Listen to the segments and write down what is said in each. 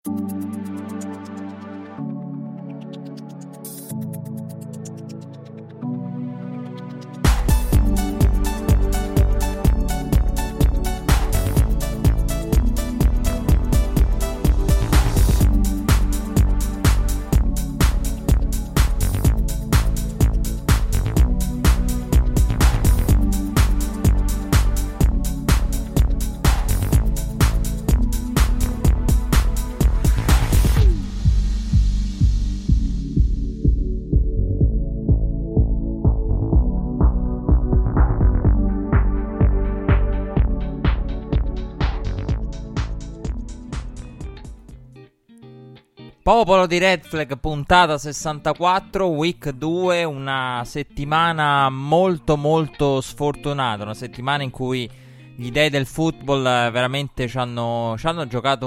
Popolo di Red Flag, puntata 64, week 2, una settimana molto molto sfortunata, una settimana in cui gli dei del football veramente ci hanno giocato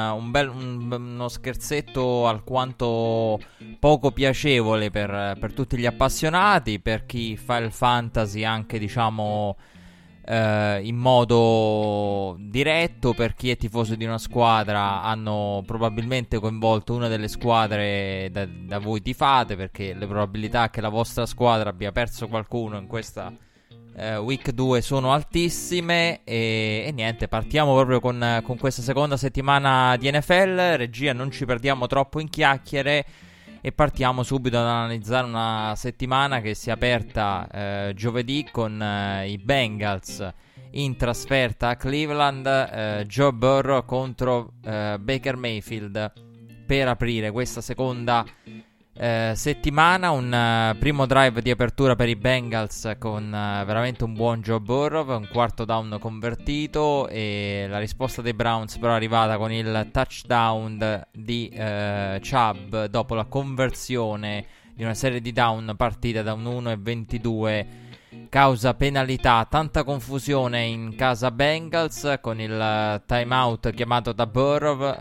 uno scherzetto alquanto poco piacevole per tutti gli appassionati, per chi fa il fantasy anche diciamo in modo diretto, per chi è tifoso di una squadra hanno probabilmente coinvolto una delle squadre da voi tifate, perché le probabilità che la vostra squadra abbia perso qualcuno in questa week 2 sono altissime. E niente, partiamo proprio con questa seconda settimana di NFL. Regia, non ci perdiamo troppo in chiacchiere e partiamo subito ad analizzare una settimana che si è aperta giovedì con i Bengals in trasferta a Cleveland, Joe Burrow contro Baker Mayfield per aprire questa seconda settimana. Un primo drive di apertura per i Bengals con veramente un buon Joe Burrow, un quarto down convertito, e la risposta dei Browns però è arrivata con il touchdown di Chubb dopo la conversione di una serie di down partita da un 1-22 causa penalità. Tanta confusione in casa Bengals con il timeout chiamato da Burrow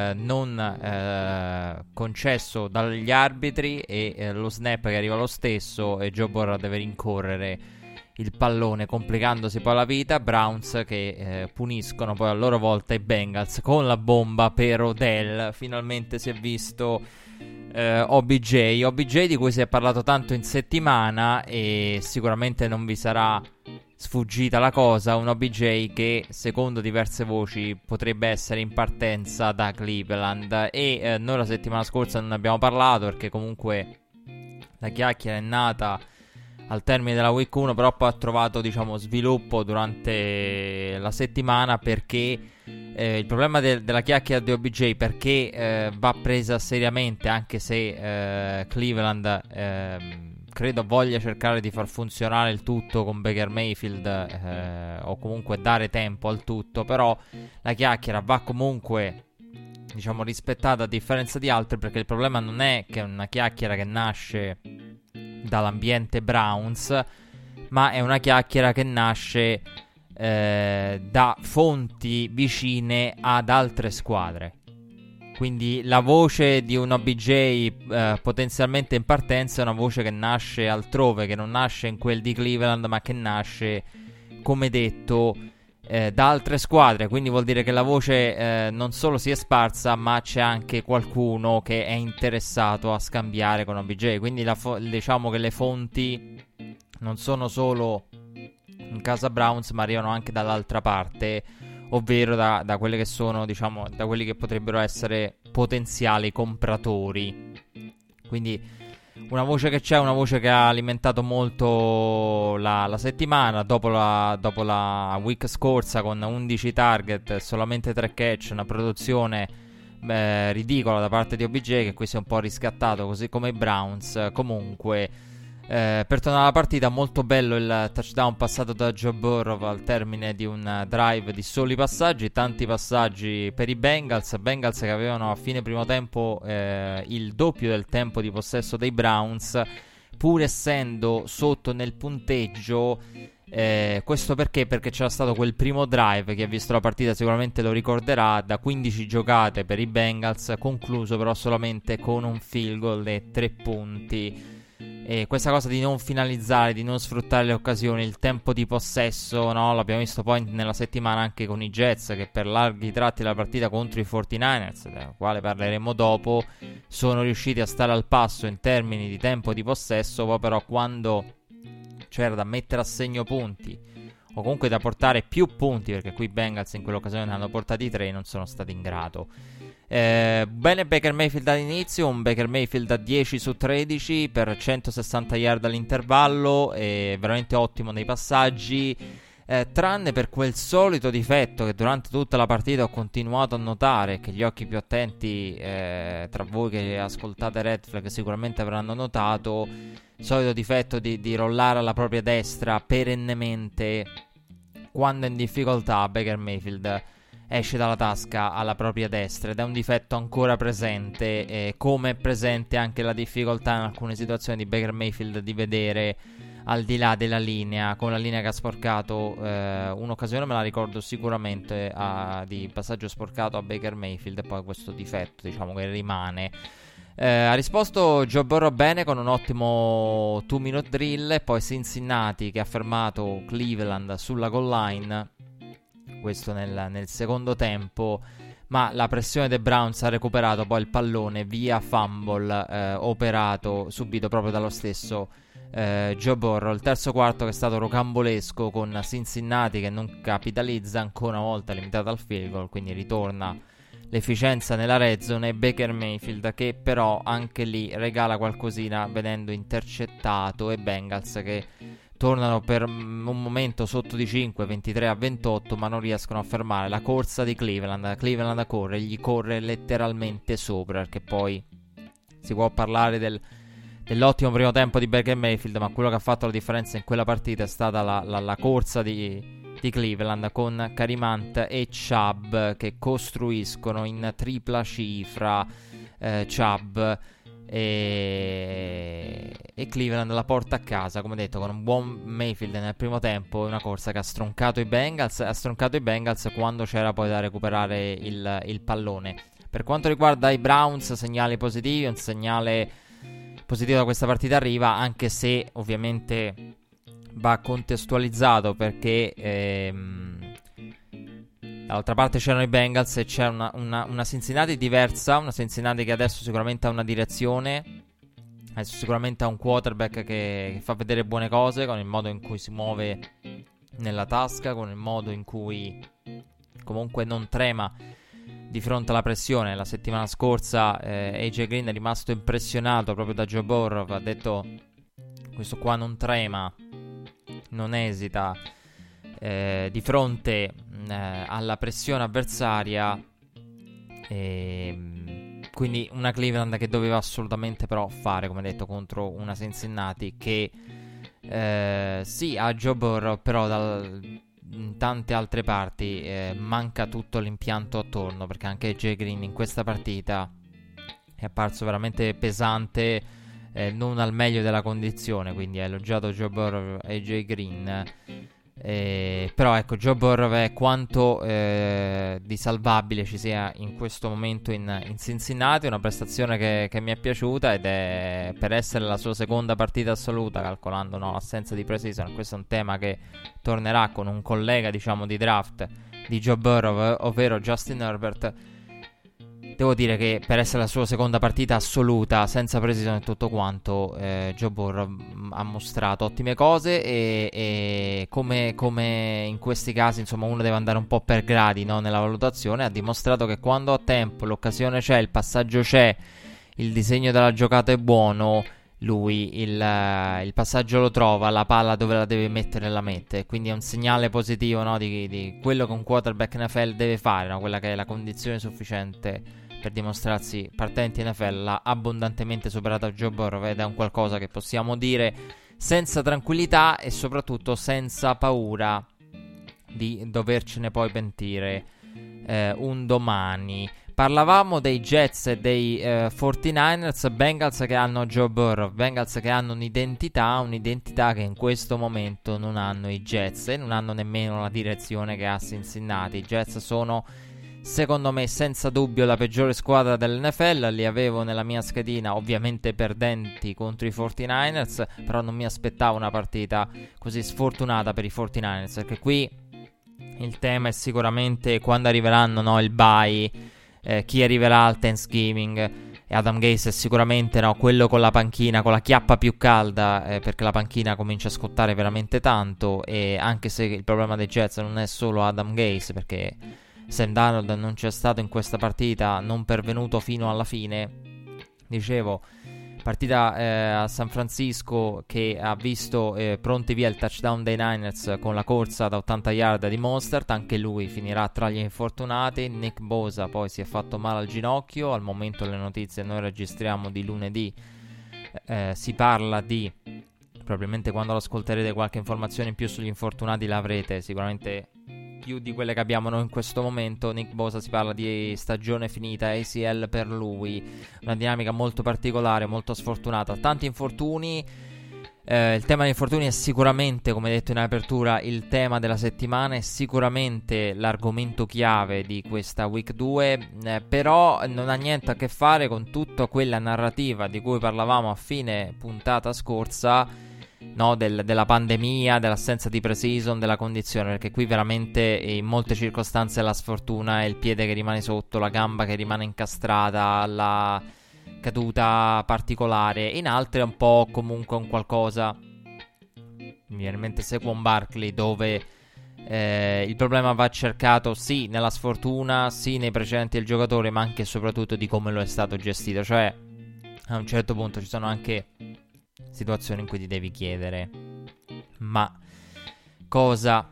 non concesso dagli arbitri, e lo snap che arriva lo stesso, e Joe Burrow deve rincorrere il pallone complicandosi poi la vita. Browns che puniscono poi a loro volta i Bengals con la bomba per Odell. Finalmente si è visto OBJ di cui si è parlato tanto in settimana, e sicuramente non vi sarà sfuggita la cosa. Un OBJ che secondo diverse voci potrebbe essere in partenza da Cleveland, e noi la settimana scorsa non ne abbiamo parlato perché comunque la chiacchiera è nata al termine della week 1, però poi ha trovato diciamo sviluppo durante la settimana, perché il problema della chiacchiera di OBJ, perché va presa seriamente, anche se Cleveland credo voglia cercare di far funzionare il tutto con Baker Mayfield, o comunque dare tempo al tutto, però la chiacchiera va comunque diciamo rispettata a differenza di altre, perché il problema non è che è una chiacchiera che nasce dall'ambiente Browns, ma è una chiacchiera che nasce da fonti vicine ad altre squadre. Quindi la voce di un OBJ potenzialmente in partenza è una voce che nasce altrove, che non nasce in quel di Cleveland, ma che nasce, come detto, da altre squadre. Quindi vuol dire che la voce non solo si è sparsa, ma c'è anche qualcuno che è interessato a scambiare con OBJ. Quindi diciamo che le fonti non sono solo in casa Browns, ma arrivano anche dall'altra parte, ovvero da quelle che sono, diciamo, da quelli che potrebbero essere potenziali compratori. Quindi una voce che c'è, una voce che ha alimentato molto la settimana. Dopo la week scorsa, con 11 target e solamente 3 catch, una produzione ridicola da parte di OBJ, che qui si è un po' riscattato, così come i Browns. Comunque per tornare alla partita, molto bello il touchdown passato da Joe Burrow al termine di un drive di soli passaggi, tanti passaggi per i Bengals che avevano a fine primo tempo il doppio del tempo di possesso dei Browns, pur essendo sotto nel punteggio. Questo perché c'era stato quel primo drive, chi ha visto la partita sicuramente lo ricorderà, da 15 giocate per i Bengals, concluso però solamente con un field goal e 3 punti. E questa cosa di non finalizzare, di non sfruttare le occasioni, il tempo di possesso, no? L'abbiamo visto poi nella settimana anche con i Jets, che per larghi tratti della partita contro i 49ers, della quale parleremo dopo, sono riusciti a stare al passo in termini di tempo di possesso. Poi però quando c'era da mettere a segno punti, o comunque da portare più punti, perché qui i Bengals in quell'occasione ne hanno portati 3, non sono stati in grado. Bene Baker Mayfield all'inizio, un Baker Mayfield da 10 su 13 per 160 yard all'intervallo, veramente ottimo nei passaggi, tranne per quel solito difetto che durante tutta la partita ho continuato a notare, che gli occhi più attenti tra voi che ascoltate Red Flag sicuramente avranno notato, solito difetto di rollare alla propria destra perennemente quando è in difficoltà. Baker Mayfield esce dalla tasca alla propria destra ed è un difetto ancora presente, come è presente anche la difficoltà in alcune situazioni di Baker Mayfield di vedere al di là della linea, con la linea che ha sporcato. Un'occasione me la ricordo sicuramente di passaggio sporcato a Baker Mayfield, e poi questo difetto diciamo che rimane. Ha risposto Joe Burrow bene con un ottimo 2-minute drill, e poi Cincinnati che ha fermato Cleveland sulla goal line, questo nel secondo tempo, ma la pressione dei Browns ha recuperato poi il pallone via fumble operato subito proprio dallo stesso Joe Burrow. Il terzo quarto che è stato rocambolesco, con Cincinnati che non capitalizza ancora una volta, limitato al field goal, quindi ritorna l'efficienza nella red zone, e Baker Mayfield che però anche lì regala qualcosina venendo intercettato, e Bengals che tornano per un momento sotto di 5, 23-28, ma non riescono a fermare la corsa di Cleveland. Cleveland corre, gli corre letteralmente sopra, perché poi si può parlare dell'ottimo primo tempo di Baker Mayfield, ma quello che ha fatto la differenza in quella partita è stata la corsa di Cleveland, con Kareem Hunt e Chubb che costruiscono in tripla cifra. Chubb e Cleveland la porta a casa, come detto, con un buon Mayfield nel primo tempo, una corsa che ha stroncato i Bengals quando c'era poi da recuperare il pallone. Per quanto riguarda i Browns, segnali positivi, un segnale positivo da questa partita arriva, anche se ovviamente va contestualizzato, perché dall'altra parte c'erano i Bengals e c'è una Cincinnati diversa, una Cincinnati che adesso sicuramente ha una direzione, adesso sicuramente ha un quarterback che fa vedere buone cose, con il modo in cui si muove nella tasca, con il modo in cui comunque non trema di fronte alla pressione. La settimana scorsa AJ Green è rimasto impressionato proprio da Joe Burrow, ha detto: questo qua non trema, non esita di fronte alla pressione avversaria, quindi una Cleveland che doveva assolutamente però fare, come detto, contro una Cincinnati che sì, ha Joe Burrow, però in tante altre parti manca tutto l'impianto attorno, perché anche AJ Green in questa partita è apparso veramente pesante, non al meglio della condizione, quindi ha elogiato Joe Burrow e AJ Green. Però ecco, Joe Burrow è quanto di salvabile ci sia in questo momento in Cincinnati. Una prestazione che mi è piaciuta, ed è per essere la sua seconda partita assoluta, calcolando l'assenza di pre-season. Questo è un tema che tornerà con un collega, diciamo, di draft di Joe Burrow, ovvero Justin Herbert. Devo dire che per essere la sua seconda partita assoluta, senza pre-season e tutto quanto, Joe Burrow ha mostrato ottime cose, e come in questi casi, insomma, uno deve andare un po' per gradi, no, nella valutazione. Ha dimostrato che quando ha tempo, l'occasione c'è, il passaggio c'è, il disegno della giocata è buono, lui il passaggio lo trova, la palla dove la deve mettere la mette. Quindi è un segnale positivo, no, di quello che un quarterback NFL deve fare, no? Quella che è la condizione sufficiente per dimostrarsi partenti NFL. L'ha abbondantemente superato Joe Burrow, ed è un qualcosa che possiamo dire senza tranquillità e soprattutto senza paura di dovercene poi pentire un domani. Parlavamo dei Jets e dei 49ers, Bengals che hanno Joe Burrow, Bengals che hanno un'identità che in questo momento non hanno i Jets, e non hanno nemmeno la direzione che ha Cincinnati. I Jets sono secondo me senza dubbio la peggiore squadra dell'NFL. Li avevo nella mia schedina, ovviamente perdenti contro i 49ers, però non mi aspettavo una partita così sfortunata per i 49ers, perché qui il tema è sicuramente quando arriveranno, no, il bye, chi arriverà al Thanksgiving. E Adam Gase è sicuramente, no, quello con la panchina, con la chiappa più calda, perché la panchina comincia a scottare veramente tanto. E anche se il problema dei Jets non è solo Adam Gase, perché Sam Darnold non c'è stato in questa partita, non pervenuto fino alla fine. Dicevo, partita a San Francisco che ha visto pronti via il touchdown dei Niners con la corsa da 80 yard di Mostert. Anche lui finirà tra gli infortunati. Nick Bosa poi si è fatto male al ginocchio. Al momento le notizie noi registriamo di lunedì, si parla di, probabilmente quando lo ascolterete qualche informazione in più sugli infortunati l'avrete sicuramente più di quelle che abbiamo noi in questo momento. Nick Bosa, si parla di stagione finita, ACL per lui, una dinamica molto particolare, molto sfortunata, tanti infortuni. Il tema degli infortuni è sicuramente, come detto in apertura, il tema della settimana, è sicuramente l'argomento chiave di questa week 2, però non ha niente a che fare con tutta quella narrativa di cui parlavamo a fine puntata scorsa, no, della pandemia, dell'assenza di pre-season, della condizione, perché qui veramente in molte circostanze la sfortuna è il piede che rimane sotto, la gamba che rimane incastrata, la caduta particolare. In altre è un po' comunque un qualcosa, mi viene in mente Saquon Barkley, dove il problema va cercato sì nella sfortuna, sì nei precedenti del giocatore, ma anche e soprattutto di come lo è stato gestito. Cioè a un certo punto ci sono anche situazioni in cui ti devi chiedere: ma cosa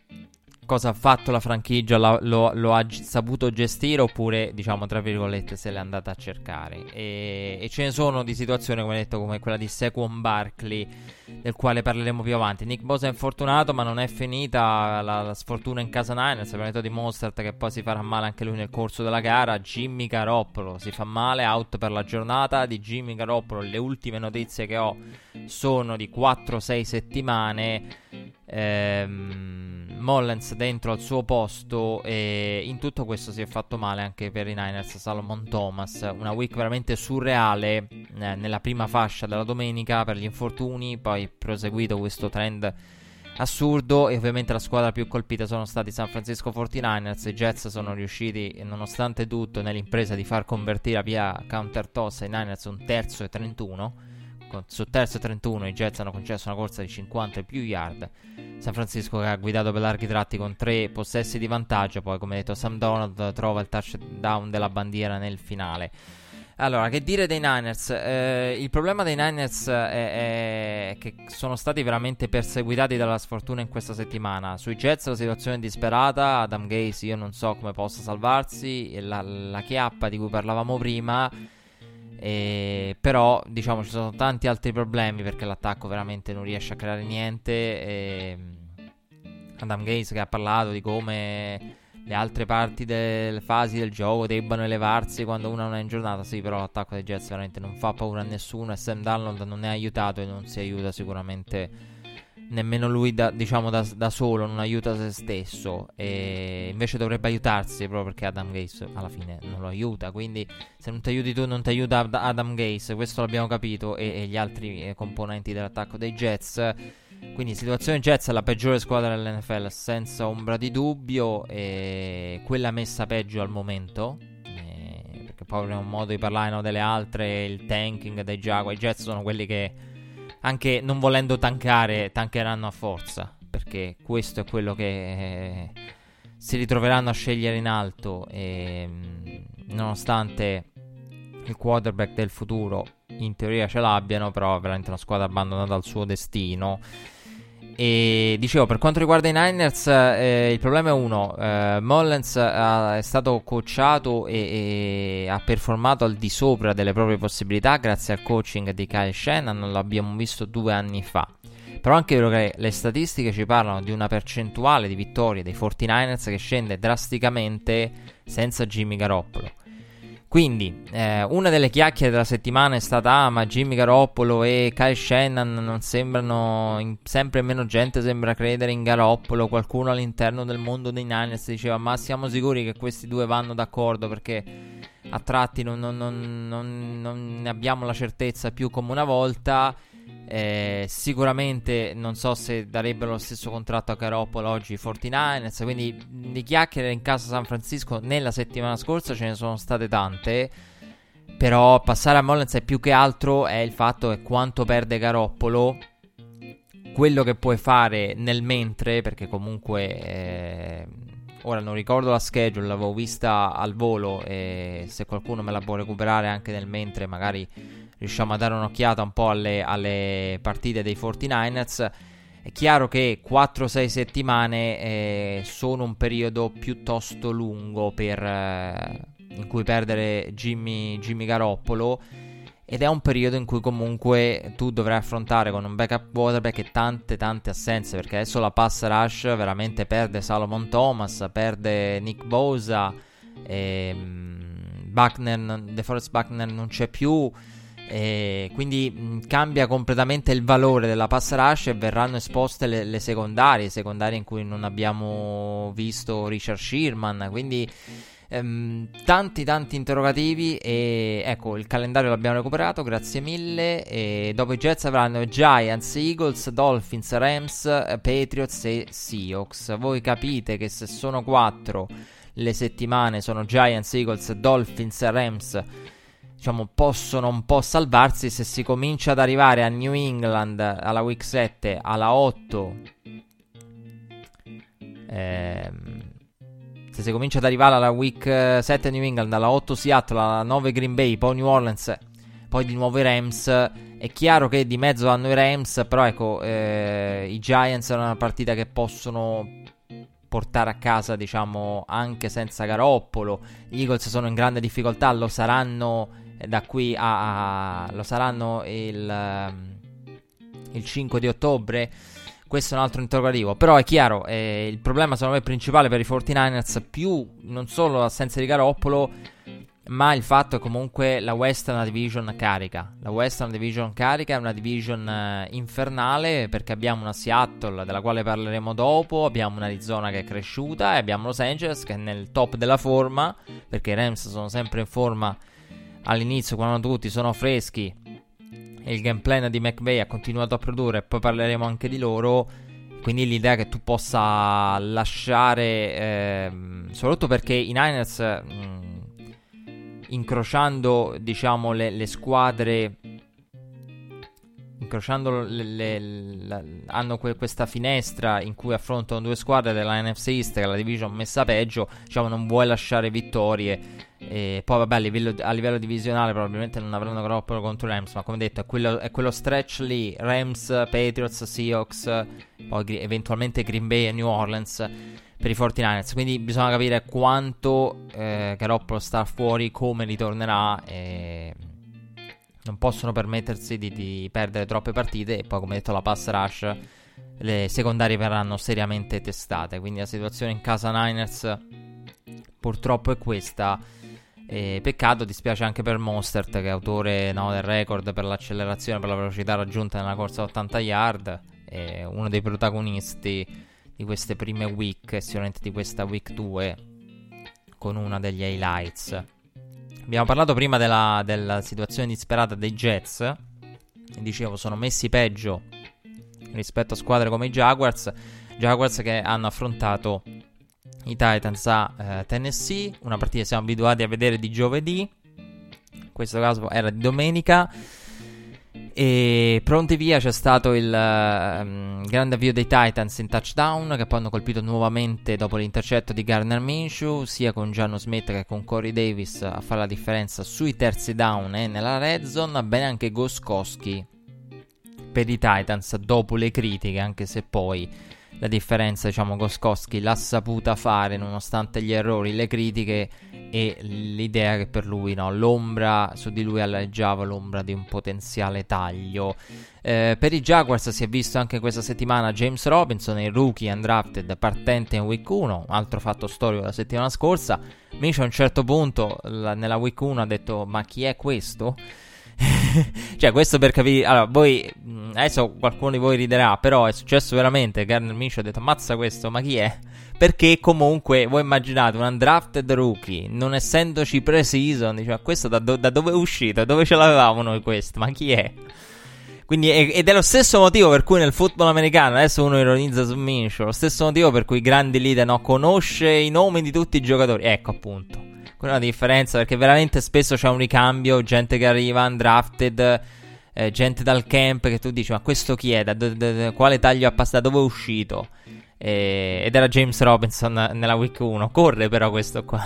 ha fatto la franchigia? Lo ha saputo gestire, oppure, diciamo tra virgolette, se l'è andata a cercare? E ce ne sono di situazioni, come detto, come quella di Saquon Barkley, del quale parleremo più avanti. Nick Bosa è infortunato, ma non è finita la sfortuna in casa Niners. Abbiamo detto di Mostert che poi si farà male anche lui nel corso della gara. Jimmy Garoppolo si fa male, out per la giornata. Di Jimmy Garoppolo le ultime notizie che ho sono di 4-6 settimane. Mullens dentro al suo posto, e in tutto questo si è fatto male anche per i Niners Solomon Thomas. Una week veramente surreale nella prima fascia della domenica per gli infortuni, poi proseguito questo trend assurdo, e ovviamente la squadra più colpita sono stati i San Francisco 49ers. I Jets sono riusciti, nonostante tutto, nell'impresa di far convertire via counter toss ai Niners un terzo e 31. Su terzo e 31 i Jets hanno concesso una corsa di 50 e più yard. San Francisco che ha guidato per larghi tratti con 3 possessi di vantaggio. Poi, come detto, Sam Darnold trova il touchdown della bandiera nel finale. Allora, che dire dei Niners? Il problema dei Niners è che sono stati veramente perseguitati dalla sfortuna in questa settimana. Sui Jets la situazione è disperata. Adam Gase io non so come possa salvarsi. La chiappa di cui parlavamo prima. Però diciamo ci sono tanti altri problemi, perché l'attacco veramente non riesce a creare niente. Adam Gase che ha parlato di come le altre parti delle fasi del gioco debbano elevarsi quando uno non è in giornata. Sì, però l'attacco dei Jets veramente non fa paura a nessuno, e Sam Darnold non è aiutato, e non si aiuta sicuramente nemmeno lui da solo, non aiuta se stesso, e invece dovrebbe aiutarsi proprio perché Adam Gase alla fine non lo aiuta. Quindi se non ti aiuti tu non ti aiuta Adam Gase, questo l'abbiamo capito, e gli altri componenti dell'attacco dei Jets. Quindi situazione Jets è la peggiore squadra dell'NFL senza ombra di dubbio, e quella messa peggio al momento, perché poi avremo modo di parlare, no, delle altre, il tanking dei Jaguar. I Jets sono quelli che, anche non volendo tancheranno a forza, perché questo è quello che si ritroveranno a scegliere in alto. E nonostante il quarterback del futuro in teoria ce l'abbiano, però è veramente una squadra abbandonata al suo destino. E dicevo, per quanto riguarda i Niners, il problema è uno: Mullens è stato coachato e ha performato al di sopra delle proprie possibilità grazie al coaching di Kyle Shanahan. L'abbiamo visto 2 anni fa. Però anche vero che le statistiche ci parlano di una percentuale di vittorie dei 49ers che scende drasticamente senza Jimmy Garoppolo. Quindi, una delle chiacchiere della settimana è stata: ma Jimmy Garoppolo e Kyle Shanahan non sembrano, sempre meno gente sembra credere in Garoppolo. Qualcuno all'interno del mondo dei Niners diceva: ma siamo sicuri che questi due vanno d'accordo? Perché a tratti non ne abbiamo la certezza più come una volta. Sicuramente non so se darebbero lo stesso contratto a Garoppolo oggi i 49ers. Quindi di chiacchiere in casa San Francisco nella settimana scorsa ce ne sono state tante. Però passare a Mullens è più che altro è il fatto che quanto perde Garoppolo, quello che puoi fare nel mentre, perché comunque ora non ricordo la schedule, l'avevo vista al volo, e se qualcuno me la può recuperare anche nel mentre magari riusciamo a dare un'occhiata un po' alle partite dei 49ers. È chiaro che 4-6 settimane sono un periodo piuttosto lungo in cui perdere Jimmy Garoppolo, ed è un periodo in cui comunque tu dovrai affrontare con un backup quarterback e tante assenze, perché adesso la pass rush veramente perde Solomon Thomas, perde Nick Bosa, DeForest Buckner non c'è più. Quindi cambia completamente il valore della pass rush e verranno esposte le secondarie in cui non abbiamo visto Richard Sherman. Quindi tanti interrogativi. E ecco, il calendario l'abbiamo recuperato, grazie mille. E dopo i Jets avranno Giants, Eagles, Dolphins, Rams, Patriots e Seahawks. Voi capite che se sono 4 le settimane, sono Giants, Eagles, Dolphins, Rams, diciamo possono un po' salvarsi. Se si comincia ad arrivare a New England alla week 7, alla 8, se si comincia ad arrivare alla week 7 New England, alla 8 Seattle, alla 9 Green Bay, poi New Orleans, poi di nuovo i Rams, è chiaro che di mezzo hanno i Rams, però ecco, i Giants è una partita che possono portare a casa, diciamo, anche senza Garoppolo. Gli Eagles sono in grande difficoltà, lo saranno da qui lo saranno il 5 di ottobre. Questo è un altro interrogativo. Però è chiaro, il problema secondo me principale per i 49ers, più non solo l'assenza di Garoppolo, ma il fatto che comunque la Western Division carica. La Western Division carica, è una division infernale, perché abbiamo una Seattle della quale parleremo dopo, abbiamo una Arizona che è cresciuta, e abbiamo Los Angeles che è nel top della forma, perché i Rams sono sempre in forma all'inizio quando tutti sono freschi e il game plan di McVay ha continuato a produrre, e poi parleremo anche di loro. Quindi l'idea che tu possa lasciare, soprattutto perché i Niners, incrociando, diciamo, le squadre, incrociando hanno questa finestra in cui affrontano due squadre della NFC East, che è la division messa peggio, diciamo, non vuoi lasciare vittorie. E poi vabbè, a livello divisionale probabilmente non avranno Garoppolo contro i Rams, ma come detto è quello stretch lì, Rams, Patriots, Seahawks, poi eventualmente Green Bay e New Orleans per i 49ers. Quindi bisogna capire quanto Garoppolo sta fuori, come ritornerà. Non possono permettersi di perdere troppe partite. E poi, come detto, la pass rush, le secondarie verranno seriamente testate. Quindi la situazione in casa Niners purtroppo è questa. Peccato, dispiace anche per Mostert, che è autore, no, del record per l'accelerazione, per la velocità raggiunta nella corsa 80 yard. È uno dei protagonisti di queste prime week, e sicuramente di questa week 2, con una degli highlights. Abbiamo parlato prima della situazione disperata dei Jets, e dicevo, sono messi peggio rispetto a squadre come i Jaguars che hanno affrontato i Titans a Tennessee, una partita che siamo abituati a vedere di giovedì, in questo caso era di domenica. E pronti via, c'è stato il grande avvio dei Titans in touchdown, che poi hanno colpito nuovamente dopo l'intercetto di Gardner Minshew, sia con Geno Smith che con Corey Davis a fare la differenza sui terzi down e nella red zone. Bene anche Gostkowski per i Titans dopo le critiche, anche se poi la differenza, diciamo, Gostkowski l'ha saputa fare nonostante gli errori, le critiche, e l'idea che per lui, no, l'ombra su di lui alleggiava l'ombra di un potenziale taglio. Per i Jaguars si è visto anche questa settimana James Robinson, il rookie undrafted partente in week 1, altro fatto storico la settimana scorsa. Minshew a un certo punto nella week 1 ha detto: ma chi è questo? Cioè, questo per capire. Allora, voi adesso qualcuno di voi riderà, però è successo veramente. Gardner Minshew ha detto: ammazza questo, ma chi è? Perché comunque voi immaginate un undrafted rookie, non essendoci pre-season, dice: questo da dove è uscito? Dove ce l'avevamo noi questo? Ma chi è? Quindi ed è lo stesso motivo per cui nel football americano, adesso uno ironizza su Minshew, lo stesso motivo per cui i grandi leader, no, conosce i nomi di tutti i giocatori. Ecco, appunto, quella è una differenza, perché veramente spesso c'è un ricambio, gente che arriva undrafted, gente dal camp che tu dici: ma questo chi è? Quale taglio ha passato? Da dove è uscito? Ed era James Robinson nella week 1. Corre però questo qua.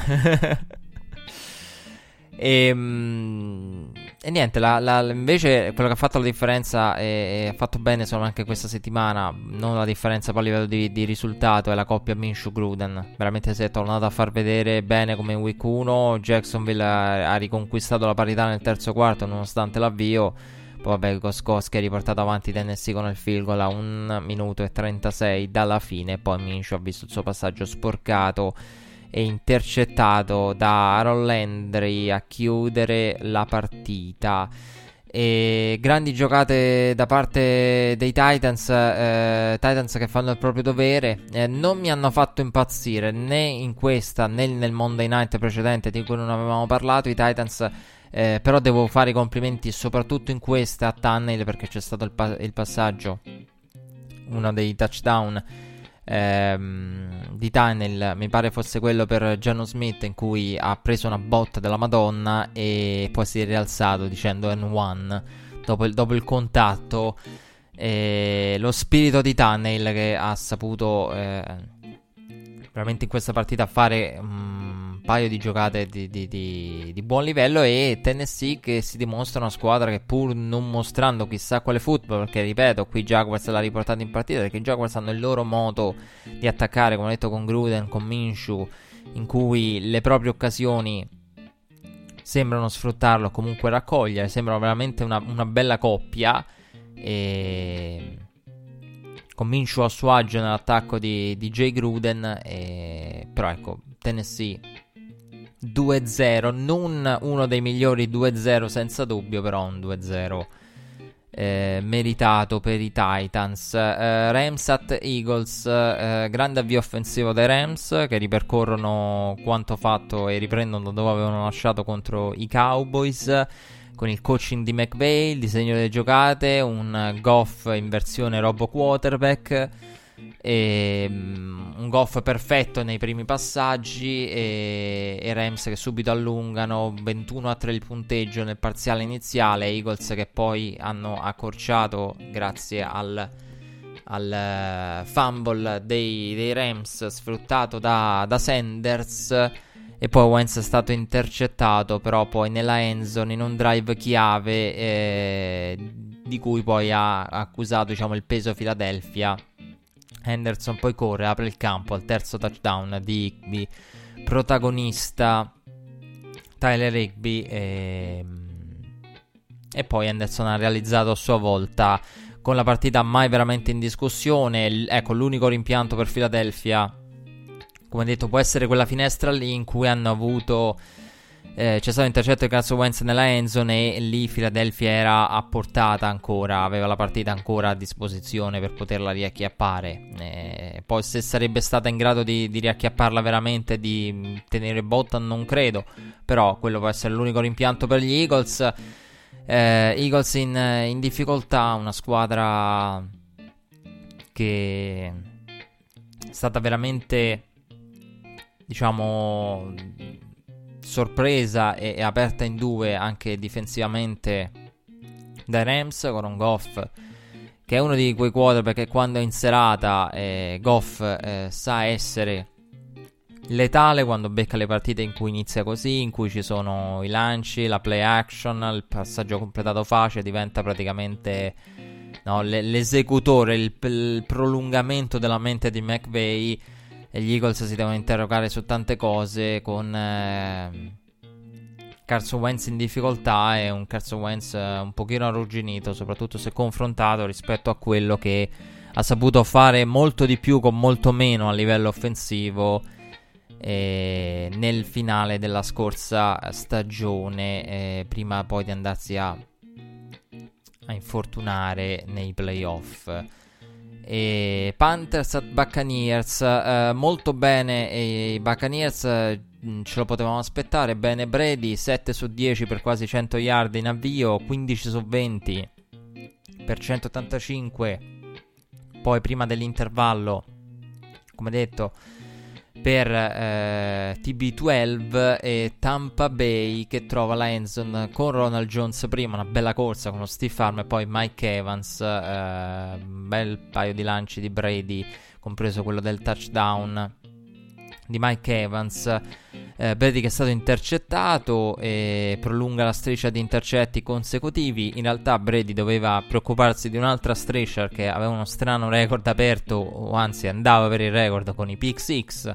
E niente, invece quello che ha fatto la differenza e ha fatto bene solo anche questa settimana, non la differenza poi a livello di risultato, è la coppia Minshew-Gruden. Veramente si è tornato a far vedere bene come in week 1. Jacksonville ha riconquistato la parità nel terzo quarto nonostante l'avvio. Poi vabbè, Gostkowski ha riportato avanti Tennessee con il field goal a 1 minuto e 36 dalla fine. Poi Minshew ha visto il suo passaggio sporcato e intercettato da Aaron Landry a chiudere la partita. E grandi giocate da parte dei Titans, Titans che fanno il proprio dovere. Non mi hanno fatto impazzire né in questa né nel Monday Night precedente di cui non avevamo parlato i Titans, però devo fare i complimenti soprattutto in questa a Tannehill, perché c'è stato il passaggio, uno dei touchdown di Tannehill, mi pare fosse quello per Geno Smith, in cui ha preso una botta della Madonna e poi si è rialzato dicendo N1 dopo il contatto. Lo spirito di Tannehill, che ha saputo veramente in questa partita fare un paio di giocate di buon livello, e Tennessee che si dimostra una squadra che, pur non mostrando chissà quale football, perché ripeto, qui Jaguars l'ha riportato in partita, perché i Jaguars hanno il loro modo di attaccare, come ho detto, con Gruden, con Minshew, in cui le proprie occasioni sembrano sfruttarlo, comunque raccogliere, sembrano veramente una bella coppia, e con Minshew a suo agio nell'attacco di Jay Gruden. Però ecco, Tennessee 2-0, non uno dei migliori 2-0 senza dubbio, però un 2-0 meritato per i Titans. Rams at Eagles, grande avvio offensivo dei Rams, che ripercorrono quanto fatto e riprendono dove avevano lasciato contro i Cowboys, con il coaching di McVay, il disegno delle giocate, un Goff in versione robo quarterback, e un Goff perfetto nei primi passaggi, e Rams che subito allungano, 21-3 il punteggio nel parziale iniziale. Eagles che poi hanno accorciato grazie al fumble dei Rams sfruttato da Sanders, e poi Wentz è stato intercettato, però poi nella endzone in un drive chiave, di cui poi ha accusato, diciamo, il peso Philadelphia. Henderson poi corre, apre il campo al terzo touchdown di Higbee, protagonista Tyler Higbee, e poi Henderson ha realizzato a sua volta, con la partita mai veramente in discussione. Ecco, l'unico rimpianto per Philadelphia, come detto, può essere quella finestra lì in cui hanno avuto c'è stato intercetto di Carson Wentz nella endzone, e lì Philadelphia era a portata ancora, aveva la partita ancora a disposizione per poterla riacchiappare. Poi se sarebbe stata in grado di riacchiapparla veramente, di tenere botta, non credo, però quello può essere l'unico rimpianto per gli Eagles. Eagles in difficoltà, una squadra che è stata veramente, diciamo, sorpresa e aperta in due anche difensivamente dai Rams, con un Goff che è uno di quei quarterback che quando è in serata, Goff sa essere letale quando becca le partite in cui inizia così, in cui ci sono i lanci, la play action, il passaggio completato facile, diventa praticamente, no, l'esecutore, il prolungamento della mente di McVay. gli Eagles si devono interrogare su tante cose, con Carson Wentz in difficoltà e un Carson Wentz un pochino arrugginito, soprattutto se confrontato rispetto a quello che ha saputo fare molto di più con molto meno a livello offensivo nel finale della scorsa stagione, prima poi di andarsi a infortunare nei playoff. Panthers at Buccaneers, molto bene i Buccaneers, ce lo potevamo aspettare. Bene Brady, 7 su 10 per quasi 100 yard in avvio, 15 su 20 per 185 poi prima dell'intervallo, come detto, per TB12. E Tampa Bay che trova la endzone con Ronald Jones prima, una bella corsa con lo stiff arm, e poi Mike Evans, un bel paio di lanci di Brady, compreso quello del touchdown di Mike Evans. Brady che è stato intercettato e prolunga la striscia di intercetti consecutivi. In realtà Brady doveva preoccuparsi di un'altra striscia, che aveva uno strano record aperto, o anzi andava per il record con i pick six,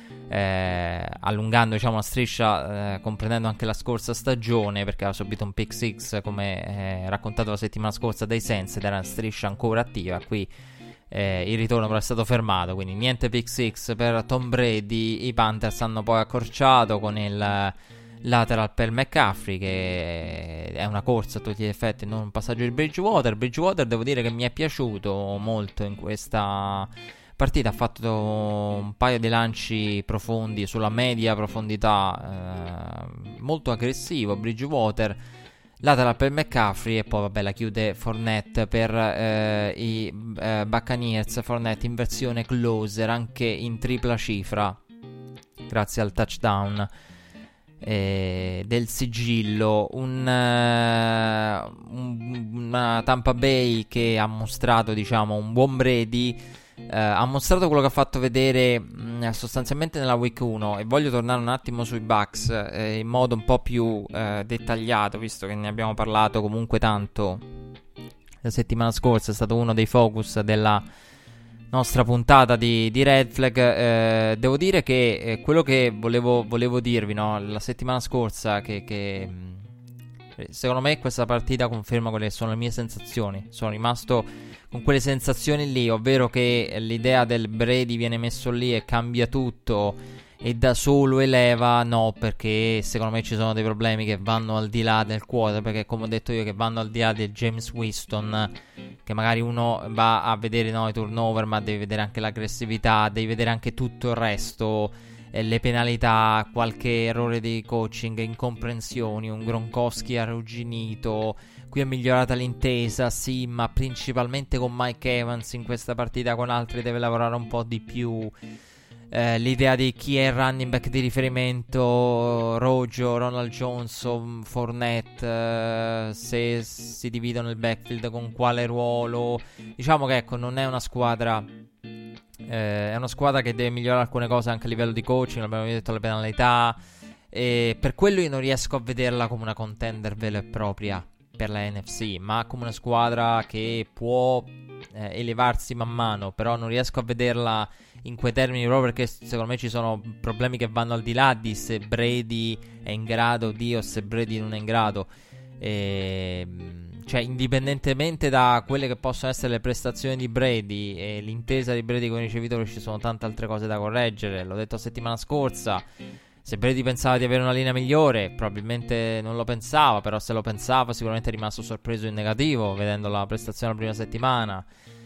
allungando, diciamo, la striscia, comprendendo anche la scorsa stagione, perché aveva subito un pick six, come raccontato la settimana scorsa, dai Saints, ed era una striscia ancora attiva. Qui il ritorno però è stato fermato, quindi niente pick six per Tom Brady. I Panthers hanno poi accorciato con il lateral per McCaffrey, che è una corsa a tutti gli effetti, non un passaggio di Bridgewater. Devo dire che mi è piaciuto molto in questa partita, ha fatto un paio di lanci profondi sulla media profondità, molto aggressivo Bridgewater. Lateral per McCaffrey, e poi vabbè la chiude Fournette per i Buccaneers. Fournette in versione closer, anche in tripla cifra, grazie al touchdown del sigillo. Una Tampa Bay che ha mostrato, diciamo, un buon Brady. Ha mostrato quello che ha fatto vedere sostanzialmente nella week 1, e voglio tornare un attimo sui Bucks in modo un po' più dettagliato, visto che ne abbiamo parlato comunque tanto la settimana scorsa. È stato uno dei focus della nostra puntata di Red Flag. Devo dire che quello che volevo dirvi, no, la settimana scorsa, che secondo me questa partita conferma quelle che sono le mie sensazioni. Sono rimasto con quelle sensazioni lì, ovvero che l'idea del Brady viene messo lì e cambia tutto e da solo eleva, no, perché secondo me ci sono dei problemi che vanno al di là del quarter, perché come ho detto io, che vanno al di là del James Winston, che magari uno va a vedere, no, i turnover, ma devi vedere anche l'aggressività, devi vedere anche tutto il resto, le penalità, qualche errore di coaching, incomprensioni, un Gronkowski arrugginito. Qui è migliorata l'intesa, sì, ma principalmente con Mike Evans in questa partita, con altri deve lavorare un po' di più. L'idea di chi è il running back di riferimento, Rojo, Ronald Jones, Fournette, se si dividono il backfield con quale ruolo. Diciamo che, ecco, non è una squadra, è una squadra che deve migliorare alcune cose anche a livello di coaching, abbiamo detto, le penalità, e per quello io non riesco a vederla come una contender vera e propria per la NFC, ma come una squadra che può elevarsi man mano. Però non riesco a vederla in quei termini, proprio perché secondo me ci sono problemi che vanno al di là di se Brady è in grado o se Brady non è in grado. Cioè, indipendentemente da quelle che possono essere le prestazioni di Brady e l'intesa di Brady con i ricevitori, ci sono tante altre cose da correggere. L'ho detto la settimana scorsa. Se Brady pensava di avere una linea migliore, probabilmente non lo pensava, però se lo pensava sicuramente è rimasto sorpreso in negativo vedendo la prestazione la prima settimana.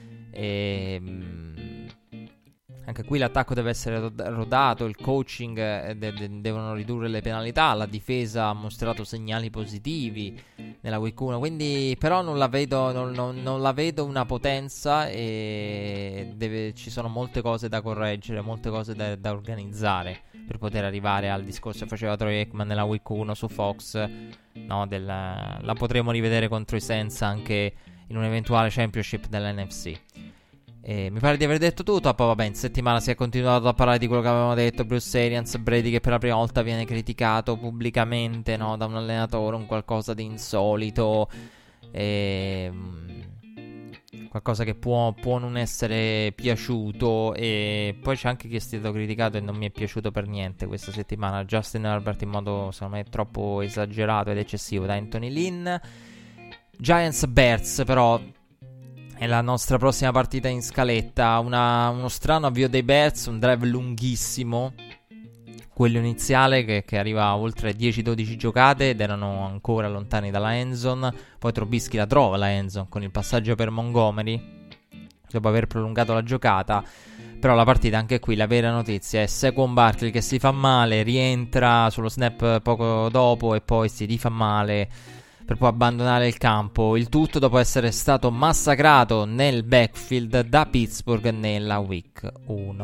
Anche qui l'attacco deve essere rodato, il coaching devono ridurre le penalità, la difesa ha mostrato segnali positivi nella week 1, quindi però non la vedo, non la vedo una potenza, e ci sono molte cose da correggere, molte cose da organizzare per poter arrivare al discorso che faceva Troy Aikman nella week 1 su Fox, no, la potremo rivedere contro i Saints anche in un eventuale championship dell'NFC. Mi pare di aver detto tutto. Poi vabbè, in settimana si è continuato a parlare di quello che avevamo detto, Bruce Arians, Brady che per la prima volta viene criticato pubblicamente, no, da un allenatore, un qualcosa di insolito. qualcosa che può non essere piaciuto. E poi c'è anche chi è stato criticato e non mi è piaciuto per niente questa settimana, Justin Herbert, in modo secondo me troppo esagerato ed eccessivo, da Anthony Lynn. Giants Bears però è la nostra prossima partita in scaletta. Uno strano avvio dei Bears, un drive lunghissimo, quello iniziale che arriva a oltre 10-12 giocate ed erano ancora lontani dalla endzone. Poi Trubisky la trova la endzone con il passaggio per Montgomery dopo aver prolungato la giocata. Però la partita, anche qui, la vera notizia è Saquon Barkley che si fa male, rientra sullo snap poco dopo e poi si rifà male per poi abbandonare il campo. Il tutto dopo essere stato massacrato nel backfield da Pittsburgh nella week 1.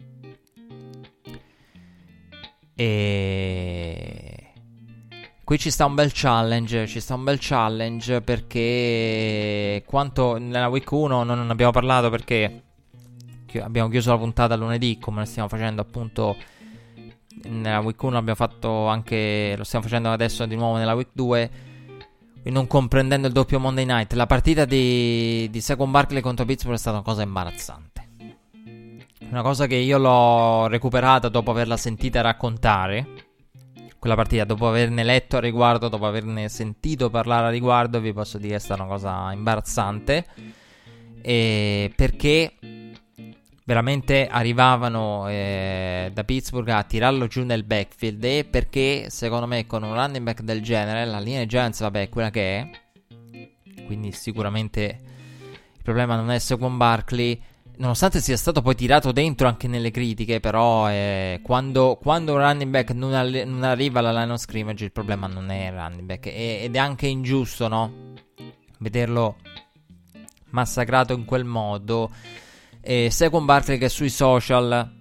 E qui ci sta un bel challenge. Perché quanto nella week 1 non abbiamo parlato, perché abbiamo chiuso la puntata lunedì, come lo stiamo facendo appunto nella week 1, abbiamo fatto anche, lo stiamo facendo adesso di nuovo nella week 2, non comprendendo il doppio Monday Night. La partita di Saquon Barkley contro Pittsburgh è stata una cosa imbarazzante. Una cosa che io l'ho recuperata dopo averla sentita raccontare, quella partita, dopo averne letto a riguardo, dopo averne sentito parlare a riguardo. Vi posso dire che è stata una cosa imbarazzante, perché veramente arrivavano da Pittsburgh a tirarlo giù nel backfield, e perché secondo me con un running back del genere la linea di Giants, vabbè, è quella che è, quindi sicuramente il problema non è Saquon Barkley, nonostante sia stato poi tirato dentro anche nelle critiche. Però quando un running back non arriva alla line of scrimmage, il problema non è il running back, ed è anche ingiusto, no? Vederlo massacrato in quel modo. Saquon Barkley, che sui social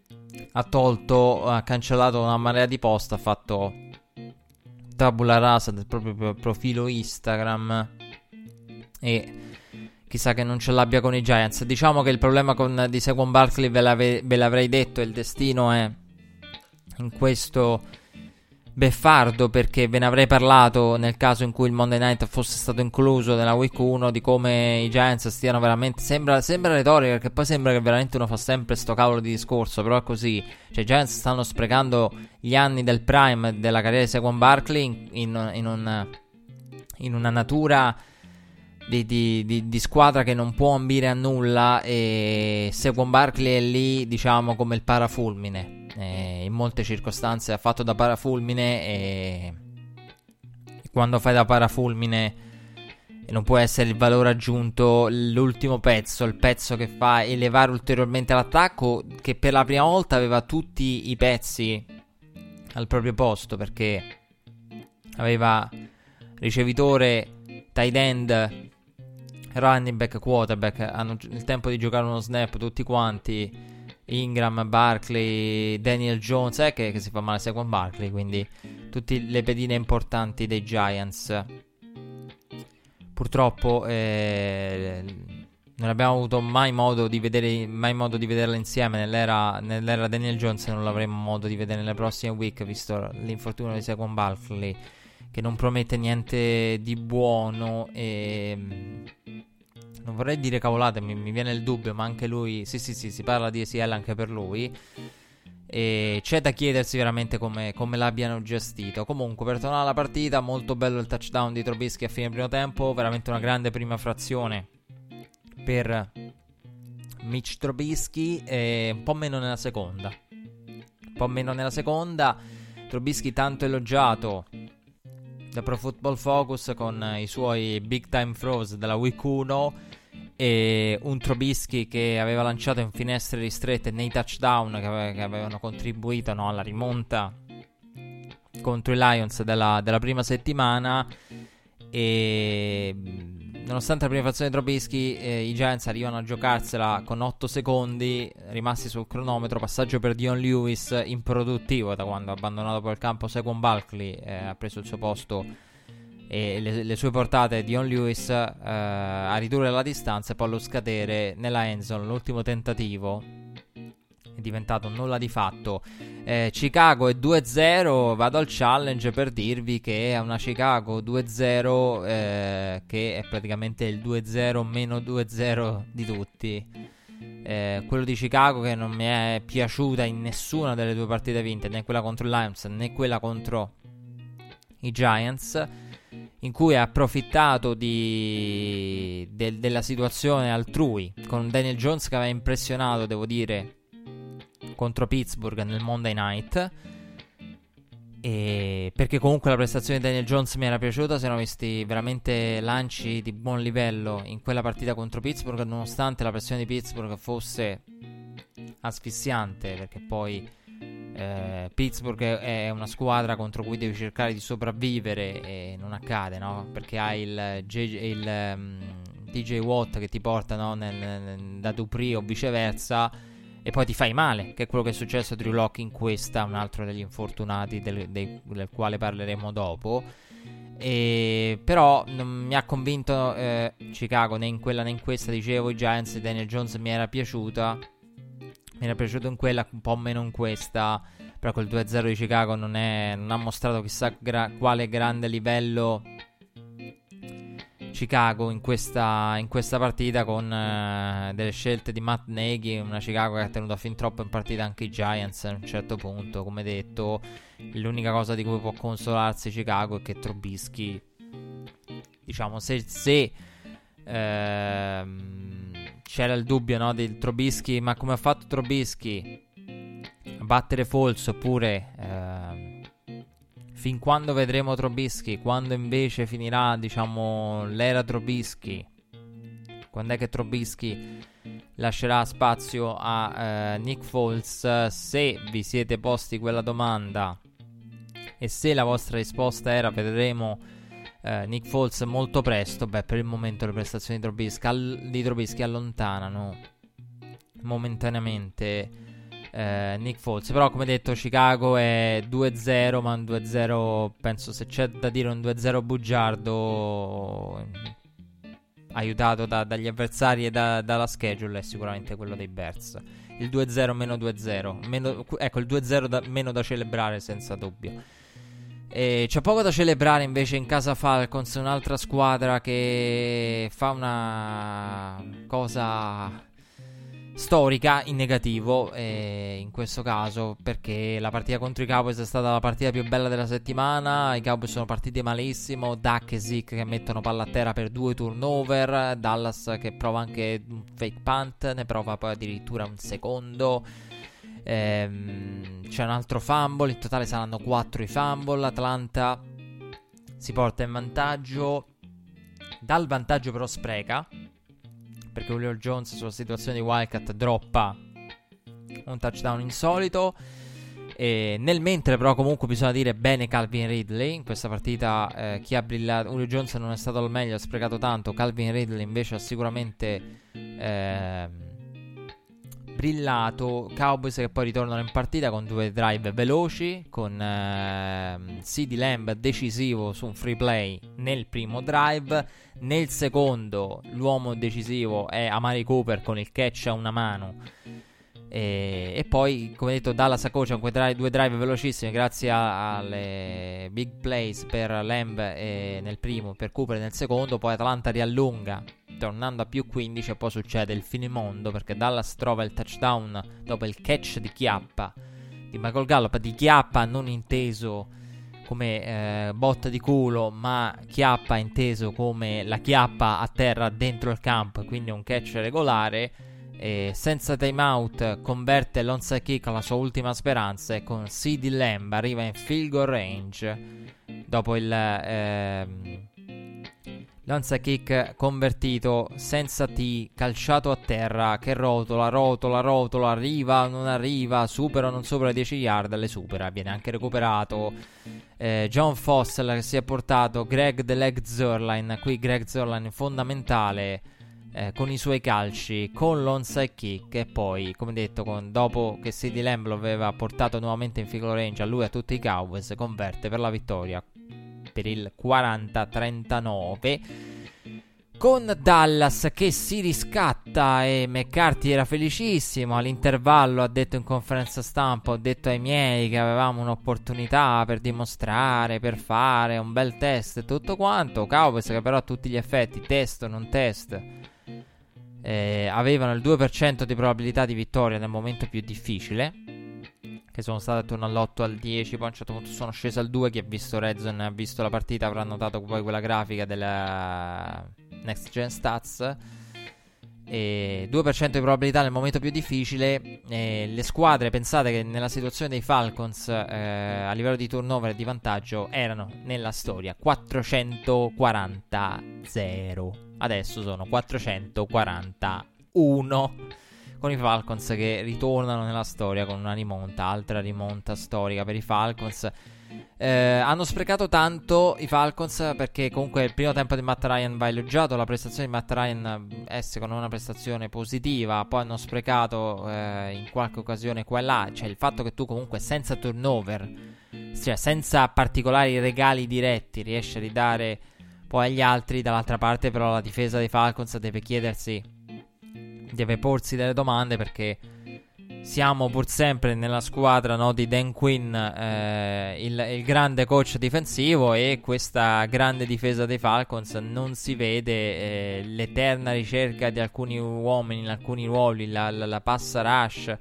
ha cancellato una marea di post, ha fatto tabula rasa del proprio profilo Instagram, e chissà che non ce l'abbia con i Giants. Diciamo che il problema di Saquon Barkley ve l'avrei detto, e il destino è in questo beffardo, perché ve ne avrei parlato nel caso in cui il Monday Night fosse stato incluso nella week 1, di come i Giants stiano veramente, sembra retorica, perché poi sembra che veramente uno fa sempre sto cavolo di discorso, però è così. Cioè i Giants stanno sprecando gli anni del prime della carriera di Saquon Barkley in una natura di squadra che non può ambire a nulla, e Saquon Barkley è lì, diciamo, come il parafulmine. In molte circostanze ha fatto da parafulmine, e quando fai da parafulmine e non può essere il valore aggiunto, l'ultimo pezzo, il pezzo che fa elevare ulteriormente l'attacco, che per la prima volta aveva tutti i pezzi al proprio posto, perché aveva ricevitore, tight end, running back, quarterback, hanno il tempo di giocare uno snap tutti quanti. Ingram, Barkley, Daniel Jones, che si fa male Saquon Barkley, quindi tutte le pedine importanti dei Giants. Purtroppo non abbiamo avuto mai modo di vederla insieme nell'era Daniel Jones, e non l'avremo modo di vedere nelle prossime week, visto l'infortunio di Saquon Barkley, che non promette niente di buono. E non vorrei dire cavolate, mi viene il dubbio, ma anche lui, sì, si parla di ACL anche per lui, e c'è da chiedersi veramente come l'abbiano gestito. Comunque, per tornare alla partita, molto bello il touchdown di Trubisky a fine primo tempo, veramente una grande prima frazione per Mitch Trubisky, e un po' meno nella seconda. Trubisky tanto elogiato da Pro Football Focus con i suoi big time throws della week 1, e un Trubisky che aveva lanciato in finestre ristrette nei touchdown che avevano contribuito, no, alla rimonta contro i Lions della prima settimana. E nonostante la prima frazione di Trubisky, i Giants arrivano a giocarsela con 8 secondi rimasti sul cronometro. Passaggio per Dion Lewis, improduttivo da quando ha abbandonato poi il campo Saquon Barkley, ha preso il suo posto e le sue portate. Dion Lewis a ridurre la distanza, e poi allo scadere nella endzone l'ultimo tentativo diventato un nulla di fatto. Chicago è 2-0, vado al challenge per dirvi che è una Chicago 2-0 che è praticamente il 2-0 meno 2-0 di tutti. Quello di Chicago che non mi è piaciuta in nessuna delle due partite vinte, né quella contro il Lions né quella contro i Giants, in cui ha approfittato della situazione altrui, con Daniel Jones che aveva impressionato, devo dire, contro Pittsburgh nel Monday Night, e perché comunque la prestazione di Daniel Jones mi era piaciuta. Si erano visti veramente lanci di buon livello in quella partita contro Pittsburgh, nonostante la pressione di Pittsburgh fosse asfissiante, perché poi Pittsburgh è una squadra contro cui devi cercare di sopravvivere e non accade, no? Perché hai il TJ Watt che ti porta, no, da Dupree o viceversa, e poi ti fai male, che è quello che è successo a Drew Lock in questa, un altro degli infortunati del quale parleremo dopo. Però non mi ha convinto Chicago né in quella né in questa. Dicevo, i Giants, Daniel Jones mi era piaciuto in quella, un po' meno in questa. Però quel 2-0 di Chicago non ha mostrato chissà quale grande livello Chicago in questa partita, con delle scelte di Matt Nagy. Una Chicago che ha tenuto fin troppo in partita anche i Giants a un certo punto. Come detto, l'unica cosa di cui può consolarsi Chicago è che Trubisky, diciamo, se c'era il dubbio, no, del Trubisky, ma come ha fatto Trubisky a battere Foles, oppure fin quando vedremo Trubisky, quando invece finirà, diciamo, l'era Trubisky, quando è che Trubisky lascerà spazio a Nick Foles? Se vi siete posti quella domanda e se la vostra risposta era vedremo Nick Foles molto presto, beh, per il momento le prestazioni di Trubisky allontanano momentaneamente Nick Foles. Però, come detto, Chicago è 2-0, ma un 2-0, penso, se c'è da dire un 2-0 bugiardo, aiutato dagli avversari e dalla schedule, è sicuramente quello dei Bears. Il 2-0 meno 2-0, ecco, il 2-0 meno da celebrare senza dubbio. E c'è poco da celebrare invece in casa Falcons, un'altra squadra che fa una cosa storica in negativo, in questo caso, perché la partita contro i Cowboys è stata la partita più bella della settimana. I Cowboys sono partiti malissimo, Dak e Zeke che mettono palla a terra per 2 turnover, Dallas che prova anche un fake punt, ne prova poi addirittura un secondo. C'è un altro fumble, in totale saranno 4 i fumble. Atlanta si porta in vantaggio, dal vantaggio però spreca, perché Julio Jones sulla situazione di Wildcat droppa un touchdown insolito. E nel mentre però comunque bisogna dire bene Calvin Ridley in questa partita, chi ha brillato. Julio Jones non è stato al meglio, ha sprecato tanto. Calvin Ridley invece ha sicuramente brillato. Cowboys che poi ritornano in partita con 2 drive veloci, con CeeDee Lamb decisivo su un free play nel primo drive. Nel secondo l'uomo decisivo è Amari Cooper con il catch a una mano. E poi, come detto, Dallas Acocha con 2 drive velocissimi grazie alle big plays per Lamb nel primo, per Cooper nel secondo. Poi Atlanta riallunga tornando a più 15 e poi succede il finimondo, perché Dallas trova il touchdown dopo il catch di chiappa di Michael Gallup, di chiappa non inteso come botta di culo, ma chiappa inteso come la chiappa a terra dentro il campo, quindi un catch regolare. Senza timeout converte l'onside kick alla sua ultima speranza, e con CeeDee Lamb arriva in field goal range dopo il l'onside kick convertito senza T, calciato a terra, che rotola, arriva o non arriva, supera o non supera i 10 yard, le supera, viene anche recuperato. John Fossel che si è portato Greg The Leg Zuerlein, qui Greg Zuerlein fondamentale con i suoi calci, con l'onside kick, e poi, come detto, dopo che CeeDee Lamb lo aveva portato nuovamente in field goal range a lui e a tutti i Cowboys, converte per la vittoria per il 40-39. con Dallas che si riscatta e McCarthy era felicissimo. All'intervallo ha detto in conferenza stampa: ho detto ai miei che avevamo un'opportunità per dimostrare, per fare un bel test e tutto quanto. Cowboys che però a tutti gli effetti, test o non test, avevano il 2% di probabilità di vittoria nel momento più difficile, che sono state attorno all'8 al 10, poi a un certo punto sono scese al 2. Chi ha visto Red Zone, ha visto la partita, avrà notato poi quella grafica della Next Gen Stats. 2% di probabilità nel momento più difficile. Le squadre, pensate che nella situazione dei Falcons a livello di turnover e di vantaggio erano nella storia 440-0, adesso sono 441, con i Falcons che ritornano nella storia con una rimonta, altra rimonta storica per i Falcons. Hanno sprecato tanto i Falcons, perché comunque il primo tempo di Matt Ryan va elogiato. La prestazione di Matt Ryan è secondo me una prestazione positiva. Poi hanno sprecato in qualche occasione qua e là. Cioè il fatto che tu comunque senza turnover, cioè senza particolari regali diretti, riesci a ridare poi agli altri. Dall'altra parte però la difesa dei Falcons deve chiedersi, deve porsi delle domande, perché siamo pur sempre nella squadra, no, di Dan Quinn, il grande coach difensivo, e questa grande difesa dei Falcons non si vede. L'eterna ricerca di alcuni uomini in alcuni ruoli, la passa rush,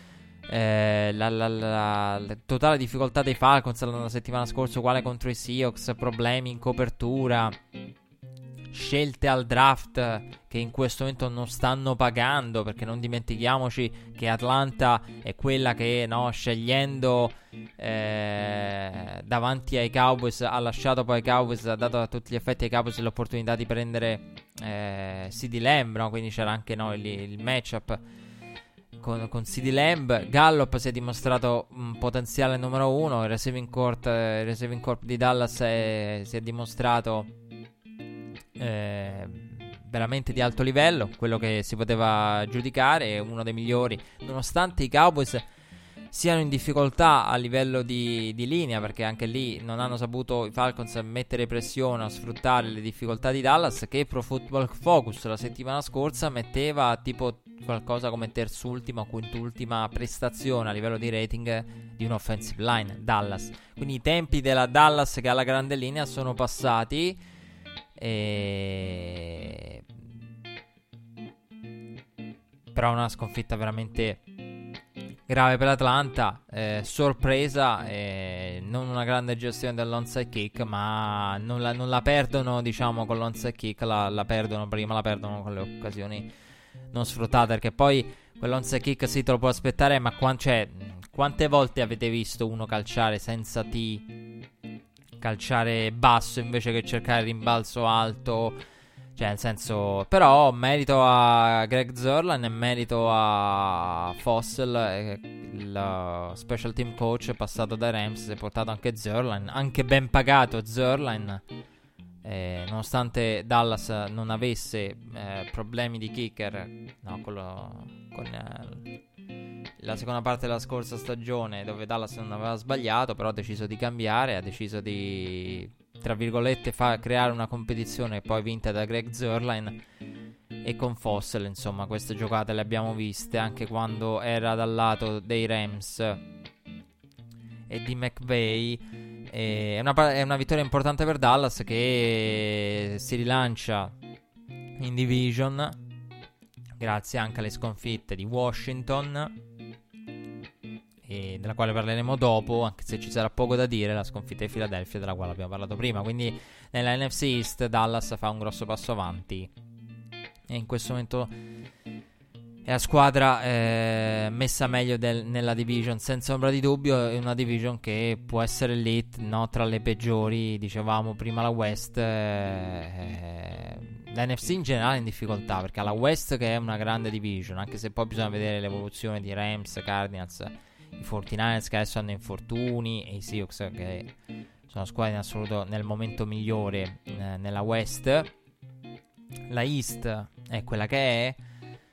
la totale difficoltà dei Falcons la settimana scorsa uguale contro i Seahawks, problemi in copertura, scelte al draft che in questo momento non stanno pagando, perché non dimentichiamoci che Atlanta è quella che, no, scegliendo davanti ai Cowboys ha lasciato poi ai Cowboys, ha dato a tutti gli effetti ai Cowboys l'opportunità di prendere CeeDee Lamb, no? Quindi c'era anche, no, il matchup con CeeDee Lamb. Gallup si è dimostrato un potenziale numero uno. Il receiving corp di Dallas si è dimostrato veramente di alto livello, quello che si poteva giudicare, uno dei migliori, nonostante i Cowboys siano in difficoltà a livello di linea, perché anche lì non hanno saputo i Falcons mettere pressione o sfruttare le difficoltà di Dallas, che Pro Football Focus la settimana scorsa metteva tipo qualcosa come terzultima o quintultima prestazione a livello di rating di un offensive line Dallas. Quindi i tempi della Dallas che ha la grande linea sono passati. Però una sconfitta veramente grave per l'Atlanta. Sorpresa, non una grande gestione dell'onside kick, ma non la perdono, diciamo, con l'onside kick. La perdono prima, la perdono con le occasioni non sfruttate, perché poi quell'onside kick sì, te lo può aspettare, ma quante volte avete visto uno calciare senza calciare basso invece che cercare il rimbalzo alto? Cioè, nel senso, però merito a Greg Zuerlein e merito a Fossel, il special team coach passato dai Rams. Si è portato anche Zuerlein, anche ben pagato Zuerlein, nonostante Dallas non avesse problemi di kicker, no, con la seconda parte della scorsa stagione, dove Dallas non aveva sbagliato, però ha deciso di cambiare, ha deciso di, tra virgolette, creare una competizione poi vinta da Greg Zuerlein. E con Fossel, insomma, queste giocate le abbiamo viste anche quando era dal lato dei Rams e di McVay. È una vittoria importante per Dallas, che si rilancia in division grazie anche alle sconfitte di Washington, e della quale parleremo dopo, anche se ci sarà poco da dire. La sconfitta di Philadelphia, della quale abbiamo parlato prima. Quindi nella NFC East Dallas fa un grosso passo avanti, e in questo momento è la squadra messa meglio nella division, senza ombra di dubbio. È una division che può essere lì, no, tra le peggiori. Dicevamo prima la West, la NFC in generale è in difficoltà, perché ha la West che è una grande division, anche se poi bisogna vedere l'evoluzione di Rams, Cardinals, i 49ers che adesso hanno infortuni, e i Seahawks che sono squadre in assoluto nel momento migliore nella West. La East è quella che è.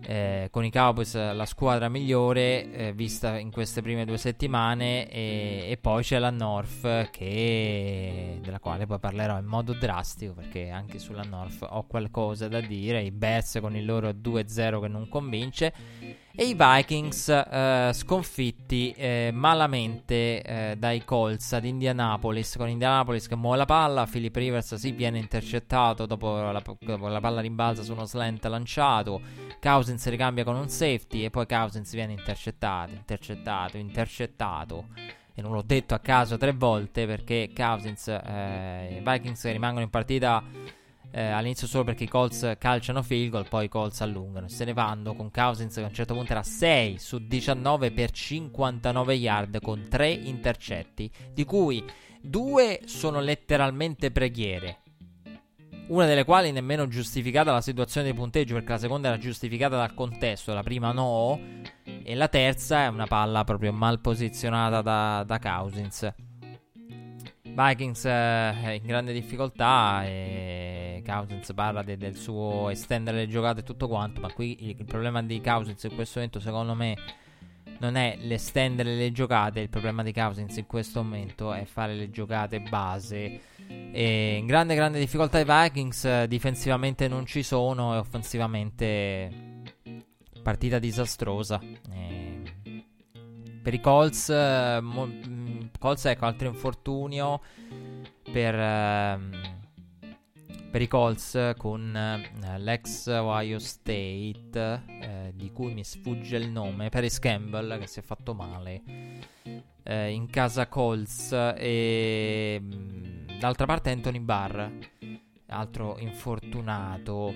con i Cowboys la squadra migliore vista in queste prime 2 settimane, e poi c'è la North della quale poi parlerò in modo drastico, perché anche sulla North ho qualcosa da dire. I Bears con il loro 2-0 che non convince, e i Vikings sconfitti malamente dai Colts ad Indianapolis, con Indianapolis che muove la palla. Philip Rivers viene intercettato dopo la palla rimbalza su uno slant lanciato. Cousins ricambia con un safety e poi Cousins viene intercettato. E non l'ho detto a caso 3 volte, perché Cousins, i Vikings rimangono in partita all'inizio solo perché i Colts calciano field goal, poi i Colts allungano, se ne vanno con Cousins che a un certo punto era 6 su 19 per 59 yard con 3 intercetti, di cui 2 sono letteralmente preghiere, una delle quali nemmeno giustificata la situazione di punteggio, perché la seconda era giustificata dal contesto, la prima no, e la terza è una palla proprio mal posizionata da Cousins. Vikings in grande difficoltà, e Cousins parla del suo estendere le giocate e tutto quanto, ma qui il problema di Cousins in questo momento secondo me non è l'estendere le giocate. Il problema di Cousins in questo momento è fare le giocate base, e in grande difficoltà i Vikings. Difensivamente non ci sono, e offensivamente partita disastrosa. Per i Colts, ecco, altro infortunio per i Colts, con l'ex Ohio State, di cui mi sfugge il nome, Paris Campbell, che si è fatto male in casa Colts, e d'altra parte Anthony Barr, altro infortunato.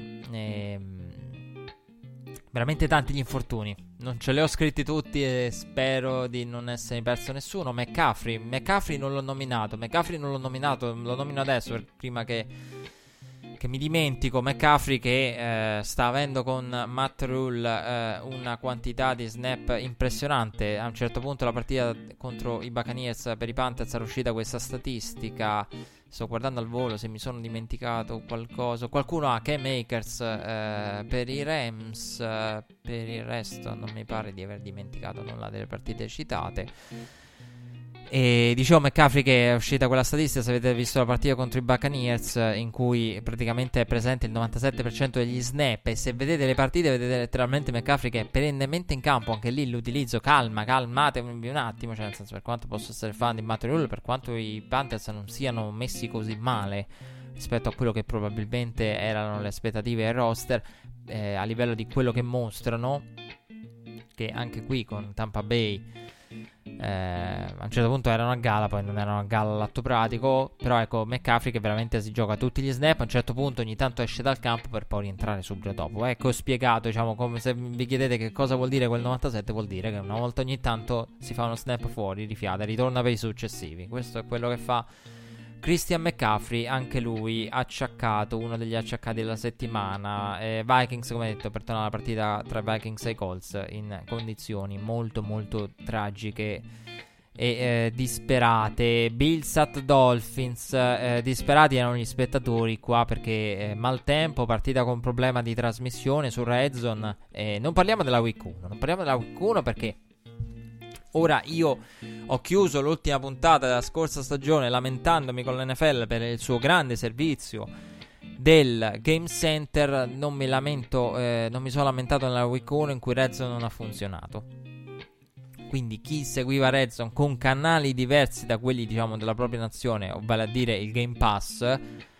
Veramente tanti gli infortuni, non ce li ho scritti tutti e spero di non essere perso nessuno. McCaffrey non l'ho nominato, lo nomino adesso prima che mi dimentico. McCaffrey che sta avendo con Matt Rule una quantità di snap impressionante. A un certo punto la partita contro i Buccaneers per i Panthers era uscita questa statistica. Sto guardando al volo se mi sono dimenticato qualcosa. Qualcuno ha Cam Akers per i Rams. Per il resto non mi pare di aver dimenticato nulla delle partite citate. E dicevo McCaffrey che è uscita quella statistica, se avete visto la partita contro i Buccaneers, in cui praticamente è presente il 97% degli snap, e se vedete le partite vedete letteralmente McCaffrey che è perennemente in campo. Anche lì l'utilizzo, calmatevi un attimo, cioè nel senso, per quanto posso essere fan di Matt Rule, per quanto i Panthers non siano messi così male rispetto a quello che probabilmente erano le aspettative del roster, a livello di quello che mostrano, che anche qui con Tampa Bay a un certo punto erano a gala, poi non erano a gala all'atto pratico. Però ecco, McCaffrey che veramente si gioca tutti gli snap, a un certo punto ogni tanto esce dal campo per poi rientrare subito dopo. Ecco, spiegato, diciamo, come se vi chiedete che cosa vuol dire quel 97, vuol dire che una volta ogni tanto si fa uno snap fuori, rifiata e ritorna per i successivi. Questo è quello che fa Christian McCaffrey, anche lui acciaccato, uno degli acciaccati della settimana. Vikings, come detto, per tornare alla partita tra Vikings e Colts in condizioni molto molto tragiche e disperate. Bills at Dolphins, disperati erano gli spettatori qua, perché maltempo, partita con problema di trasmissione su Red Zone. Non parliamo della Week 1, perché ora io ho chiuso l'ultima puntata della scorsa stagione lamentandomi con l'NFL per il suo grande servizio del Game Center. Non mi sono lamentato nella Week 1 in cui Red Zone non ha funzionato. Quindi chi seguiva Red Zone con canali diversi da quelli, diciamo, della propria nazione, vale a dire il Game Pass,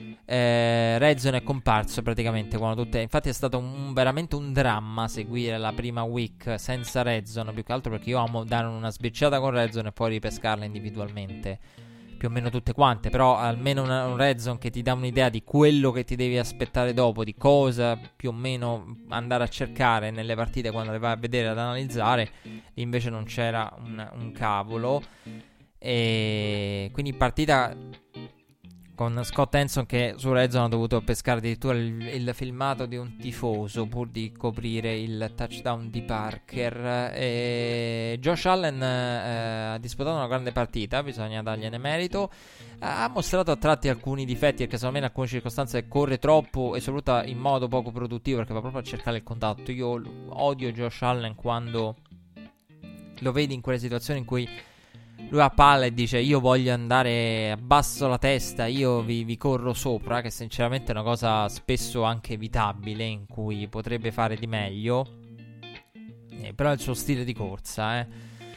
Red Zone è comparso praticamente quando tutte. Infatti è stato veramente un dramma seguire la prima week senza Red Zone, più che altro perché io amo dare una sbirciata con Red Zone e poi ripescarla individualmente, più o meno tutte quante. Però almeno un Red Zone che ti dà un'idea di quello che ti devi aspettare dopo, di cosa più o meno andare a cercare nelle partite quando le vai a vedere, ad analizzare. Invece non c'era un cavolo. E quindi partita con Scott Hanson che su Red Zone ha dovuto pescare addirittura il filmato di un tifoso pur di coprire il touchdown di Parker. E Josh Allen ha disputato una grande partita, bisogna dargliene merito. Ha mostrato a tratti alcuni difetti, perché secondo me in alcune circostanze corre troppo e soprattutto in modo poco produttivo, perché va proprio a cercare il contatto. Io odio Josh Allen quando lo vedi in quelle situazioni in cui lui ha palla e dice io voglio andare, abbasso la testa, io vi corro sopra, che sinceramente è una cosa spesso anche evitabile, in cui potrebbe fare di meglio, però è il suo stile di corsa.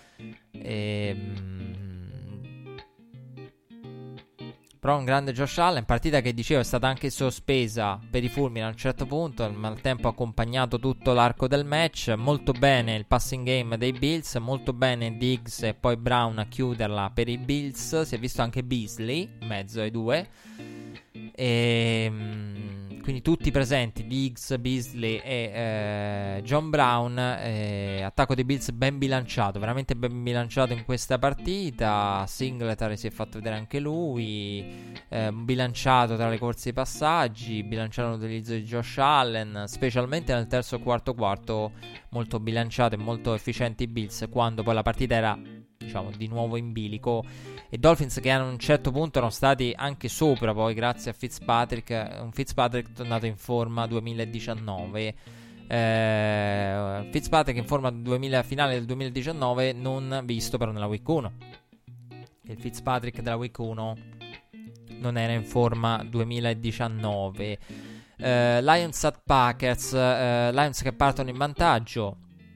Però un grande Josh Allen, partita che dicevo è stata anche sospesa per i fulmini a un certo punto, ma al tempo ha accompagnato tutto l'arco del match. Molto bene il passing game dei Bills, molto bene Diggs e poi Brown a chiuderla per i Bills. Si è visto anche Beasley in mezzo ai due, quindi tutti presenti, Diggs, Beasley e John Brown. Attacco dei Bills ben bilanciato, veramente ben bilanciato in questa partita. Singletary si è fatto vedere anche lui, bilanciato tra le corse e i passaggi, bilanciato l'utilizzo di Josh Allen, specialmente nel terzo e quarto molto bilanciato e molto efficienti i Bills, quando poi la partita era, diciamo, di nuovo in bilico. E Dolphins che a un certo punto erano stati anche sopra, poi grazie a Fitzpatrick, un Fitzpatrick tornato in forma 2019. Fitzpatrick in forma finale del 2019, non visto però nella week 1. Il Fitzpatrick della week 1 non era in forma 2019. Lions at Packers, Lions che partono in vantaggio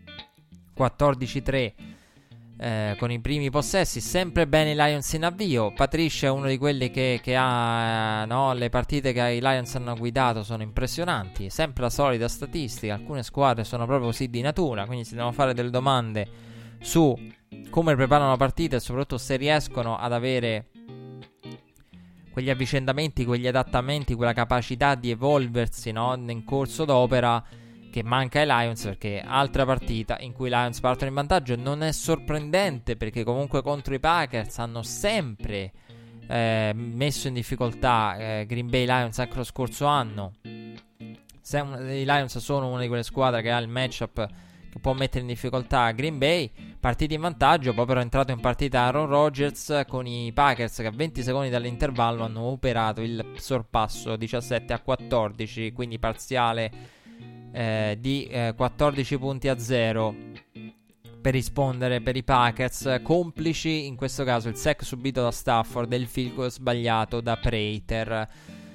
14-3 con i primi possessi. Sempre bene i Lions in avvio. Patricia è uno di quelli che ha, no, le partite che i Lions hanno guidato sono impressionanti. Sempre la solita statistica. Alcune squadre sono proprio così di natura, quindi si devono fare delle domande su come preparano la partita e soprattutto se riescono ad avere quegli avvicendamenti, quegli adattamenti, quella capacità di evolversi, no, in corso d'opera, che manca ai Lions, perché altra partita in cui i Lions partono in vantaggio. Non è sorprendente, perché comunque contro i Packers hanno sempre messo in difficoltà Green Bay Lions anche lo scorso anno. I Lions sono una di quelle squadre che ha il matchup che può mettere in difficoltà Green Bay. Partiti in vantaggio, poi però è entrato in partita Aaron Rodgers con i Packers che a 20 secondi dall'intervallo hanno operato il sorpasso 17-14, quindi parziale di 14-0 per rispondere per i Packers. Complici in questo caso il sack subito da Stafford e il field goal sbagliato da Prater.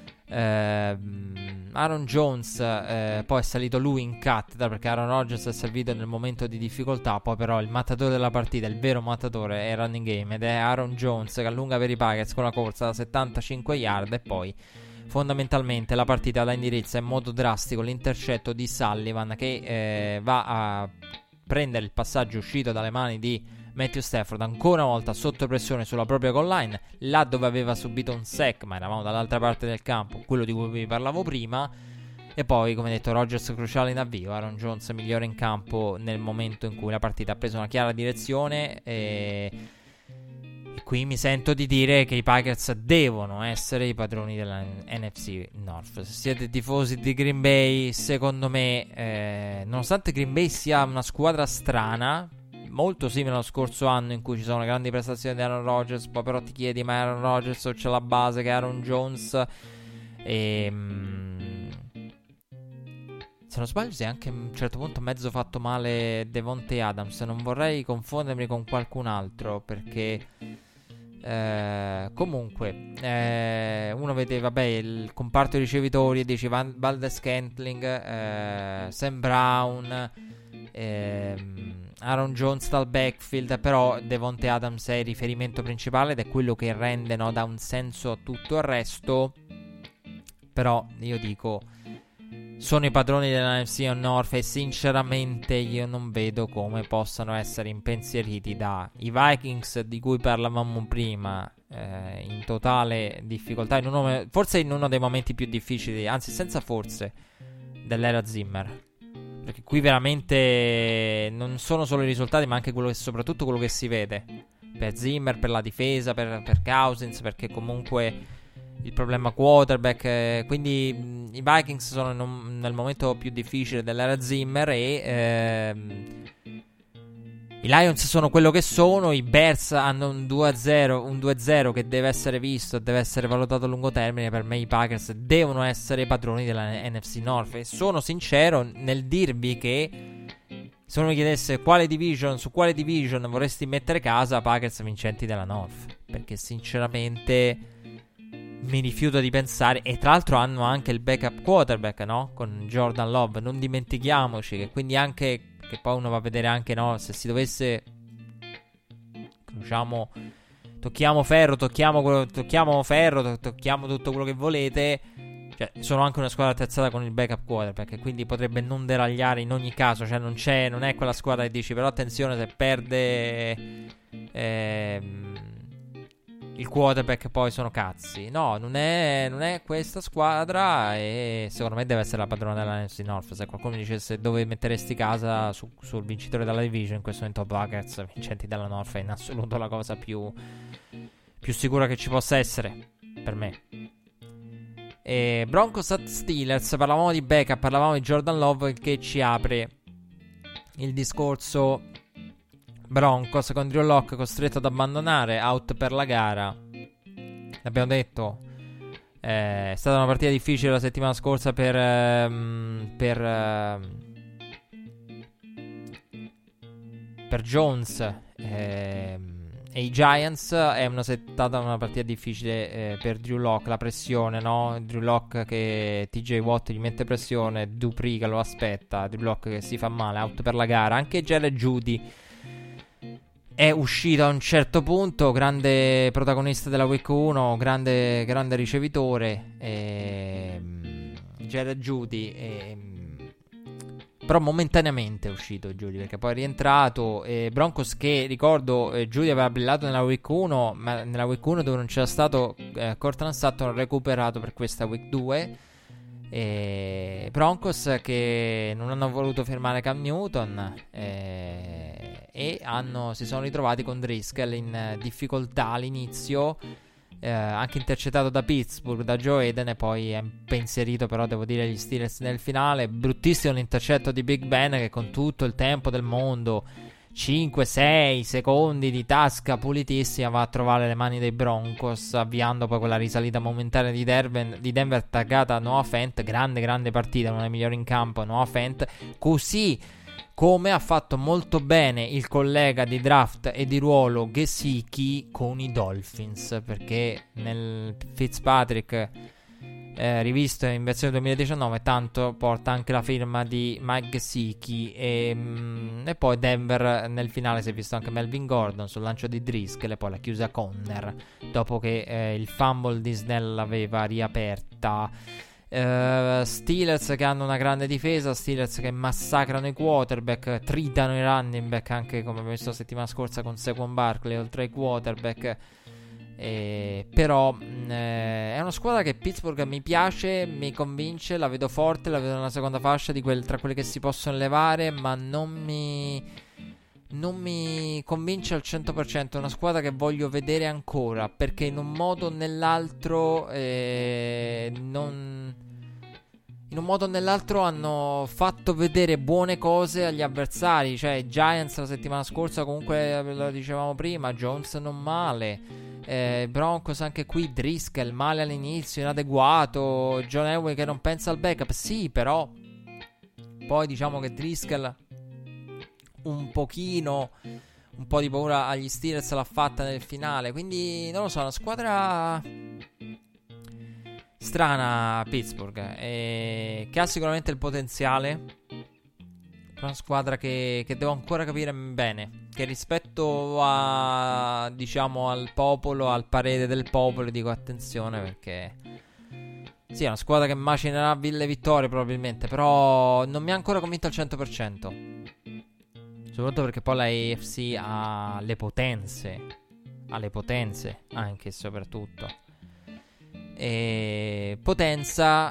Aaron Jones poi è salito lui in cattedra, perché Aaron Rodgers è servito nel momento di difficoltà. Poi però il mattatore della partita, il vero mattatore, è running game ed è Aaron Jones, che allunga per i Packers con una corsa da 75 yard. E poi fondamentalmente la partita la indirizza in modo drastico l'intercetto di Sullivan, che va a prendere il passaggio uscito dalle mani di Matthew Stafford, ancora una volta sotto pressione sulla propria goal line, là dove aveva subito un sack, ma eravamo dall'altra parte del campo, quello di cui vi parlavo prima. E poi, come detto, Rodgers cruciale in avvio, Aaron Jones migliore in campo nel momento in cui la partita ha preso una chiara direzione. E qui mi sento di dire che i Packers devono essere i padroni della NFC North. Se siete tifosi di Green Bay, secondo me, nonostante Green Bay sia una squadra strana, molto simile allo scorso anno in cui ci sono grandi prestazioni di Aaron Rodgers, poi però ti chiedi, ma Aaron Rodgers o c'è la base che è Aaron Jones? Se non sbaglio si è anche a un certo punto mezzo fatto male Devontae Adams. Non vorrei confondermi con qualcun altro, perché comunque uno vede, vabbè, il comparto ricevitori e dici Valdes-Scantling, Sam Brown, Aaron Jones dal backfield, però Devontae Adams è il riferimento principale ed è quello che rende, no, dà un senso a tutto il resto. Però io dico, sono i padroni della NFC North e sinceramente io non vedo come possano essere impensieriti dai Vikings, di cui parlavamo prima, in totale difficoltà, forse in uno dei momenti più difficili, anzi senza forse, dell'era Zimmer. Perché qui veramente non sono solo i risultati, ma anche soprattutto quello che si vede per Zimmer, per la difesa, per Cousins, perché comunque il problema quarterback, quindi i Vikings sono nel momento più difficile dell'era Zimmer e i Lions sono quello che sono. I Bears hanno un 2-0 che deve essere visto, deve essere valutato a lungo termine. Per me i Packers devono essere padroni della NFC North e sono sincero nel dirvi che se uno mi chiedesse su quale division vorresti mettere casa, Packers vincenti della North, perché sinceramente mi rifiuto di pensare. E tra l'altro hanno anche il backup quarterback, no? Con Jordan Love, non dimentichiamoci che quindi anche che poi uno va a vedere anche, no, se si dovesse tocchiamo tutto quello che volete. Cioè, sono anche una squadra attrezzata con il backup quarterback, quindi potrebbe non deragliare in ogni caso. Cioè, non è quella squadra che dici, però attenzione, se perde il quarterback poi sono cazzi. No, non è questa squadra e secondo me deve essere la padrona della NFC North. Se qualcuno mi dicesse dove metteresti casa sul vincitore della division, in questo momento Buckets vincenti della North è in assoluto la cosa più sicura che ci possa essere per me. E Broncos at Steelers, parlavamo di backup, parlavamo di Jordan Love, che ci apre il discorso Broncos con Drew Lock costretto ad abbandonare, out per la gara. L'abbiamo detto, è stata una partita difficile la settimana scorsa per Jones e i Giants. È stata una partita difficile per Drew Lock, la pressione, no? Drew Lock che TJ Watt gli mette pressione, Dupree che lo aspetta, Drew Lock che si fa male, out per la gara. Anche Jerry Jeudy è uscito a un certo punto, grande protagonista della Week 1, grande ricevitore, Jerry Jeudy, però momentaneamente è uscito Jeudy, perché poi è rientrato. Broncos che, ricordo, Jeudy aveva brillato nella Week 1, ma nella Week 1 dove non c'era stato Cortland Sutton, recuperato per questa Week 2. Broncos che non hanno voluto firmare Cam Newton e si sono ritrovati con Driscoll in difficoltà all'inizio, anche intercettato da Pittsburgh, da Joe Eden, e poi è impensierito però, devo dire, gli Steelers nel finale. Bruttissimo l'intercetto di Big Ben, che con tutto il tempo del mondo, 5-6 secondi di tasca pulitissima, va a trovare le mani dei Broncos, avviando poi quella risalita momentanea di Denver taggata a Noah Fant. Grande partita, una delle migliori in campo, Noah Fant, così come ha fatto molto bene il collega di draft e di ruolo Gesicki con i Dolphins, perché nel Fitzpatrick rivisto in versione 2019 tanto porta anche la firma di Mike Gesicki, e poi Denver nel finale si è visto anche Melvin Gordon sul lancio di Driscoll, e poi la chiusa Conner dopo che il fumble di Snell l'aveva riaperta. Steelers che hanno una grande difesa, Steelers che massacrano i quarterback, tritano i running back, anche come abbiamo visto la settimana scorsa con Saquon Barkley, oltre ai quarterback. Però è una squadra che Pittsburgh mi piace, mi convince, la vedo forte, la vedo nella seconda fascia tra quelle che si possono levare, ma non mi convince al 100%. È una squadra che voglio vedere ancora, perché in un modo o nell'altro hanno fatto vedere buone cose agli avversari. Cioè i Giants la settimana scorsa, comunque lo dicevamo prima, Jones non male, Broncos anche qui, Driscoll male all'inizio, inadeguato, John Elway che non pensa al backup, sì, però poi diciamo che Driscoll un po' di paura agli Steelers l'ha fatta nel finale. Quindi non lo so, una squadra strana Pittsburgh, che ha sicuramente il potenziale, una squadra che devo ancora capire bene, che rispetto a, diciamo, al popolo, al parere del popolo, dico attenzione, perché sì, è una squadra che macinerà le vittorie probabilmente, però non mi ha ancora convinto al 100%, soprattutto perché poi la AFC ha le potenze anche e soprattutto. Potenza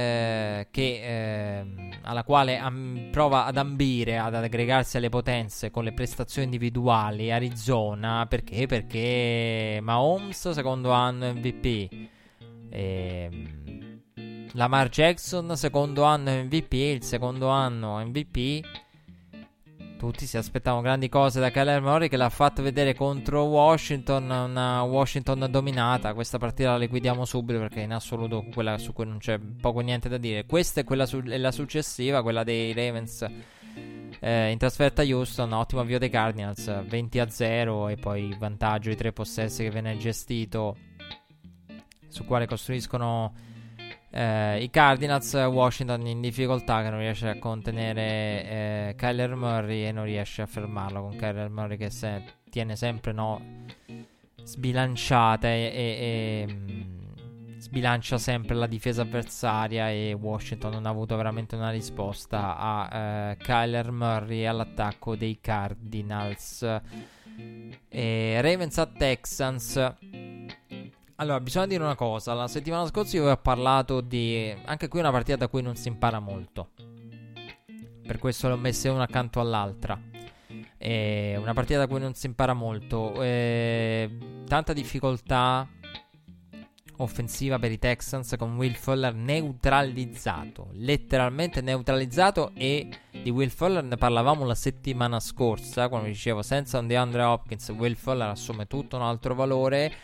alla quale prova ad ambire, ad aggregarsi alle potenze con le prestazioni individuali. Arizona, perché Mahomes secondo anno MVP, Lamar Jackson, secondo anno MVP, il secondo anno MVP. Tutti si aspettavano grandi cose da Kyler Murray, che l'ha fatto vedere contro Washington, una Washington dominata. Questa partita la liquidiamo subito perché in assoluto quella su cui non c'è poco niente da dire. Questa è quella è la successiva, quella dei Ravens in trasferta a Houston. Ottimo avvio dei Cardinals, 20-0, e poi il vantaggio di 3 possessi che viene gestito, su quale costruiscono i Cardinals. Washington in difficoltà, che non riesce a contenere Kyler Murray e non riesce a fermarlo, con Kyler Murray che tiene sempre sbilanciata e sbilancia sempre la difesa avversaria, e Washington non ha avuto veramente una risposta a Kyler Murray e all'attacco dei Cardinals. Ravens a Texans. Allora, bisogna dire una cosa. La settimana scorsa io vi ho parlato di, anche qui, una partita da cui non si impara molto, per questo l'ho messa una accanto all'altra. Una partita da cui non si impara molto, tanta difficoltà offensiva per i Texans, con Will Fuller neutralizzato, letteralmente neutralizzato. E di Will Fuller ne parlavamo la settimana scorsa, quando vi dicevo, senza un DeAndre Hopkins Will Fuller assume tutto un altro valore.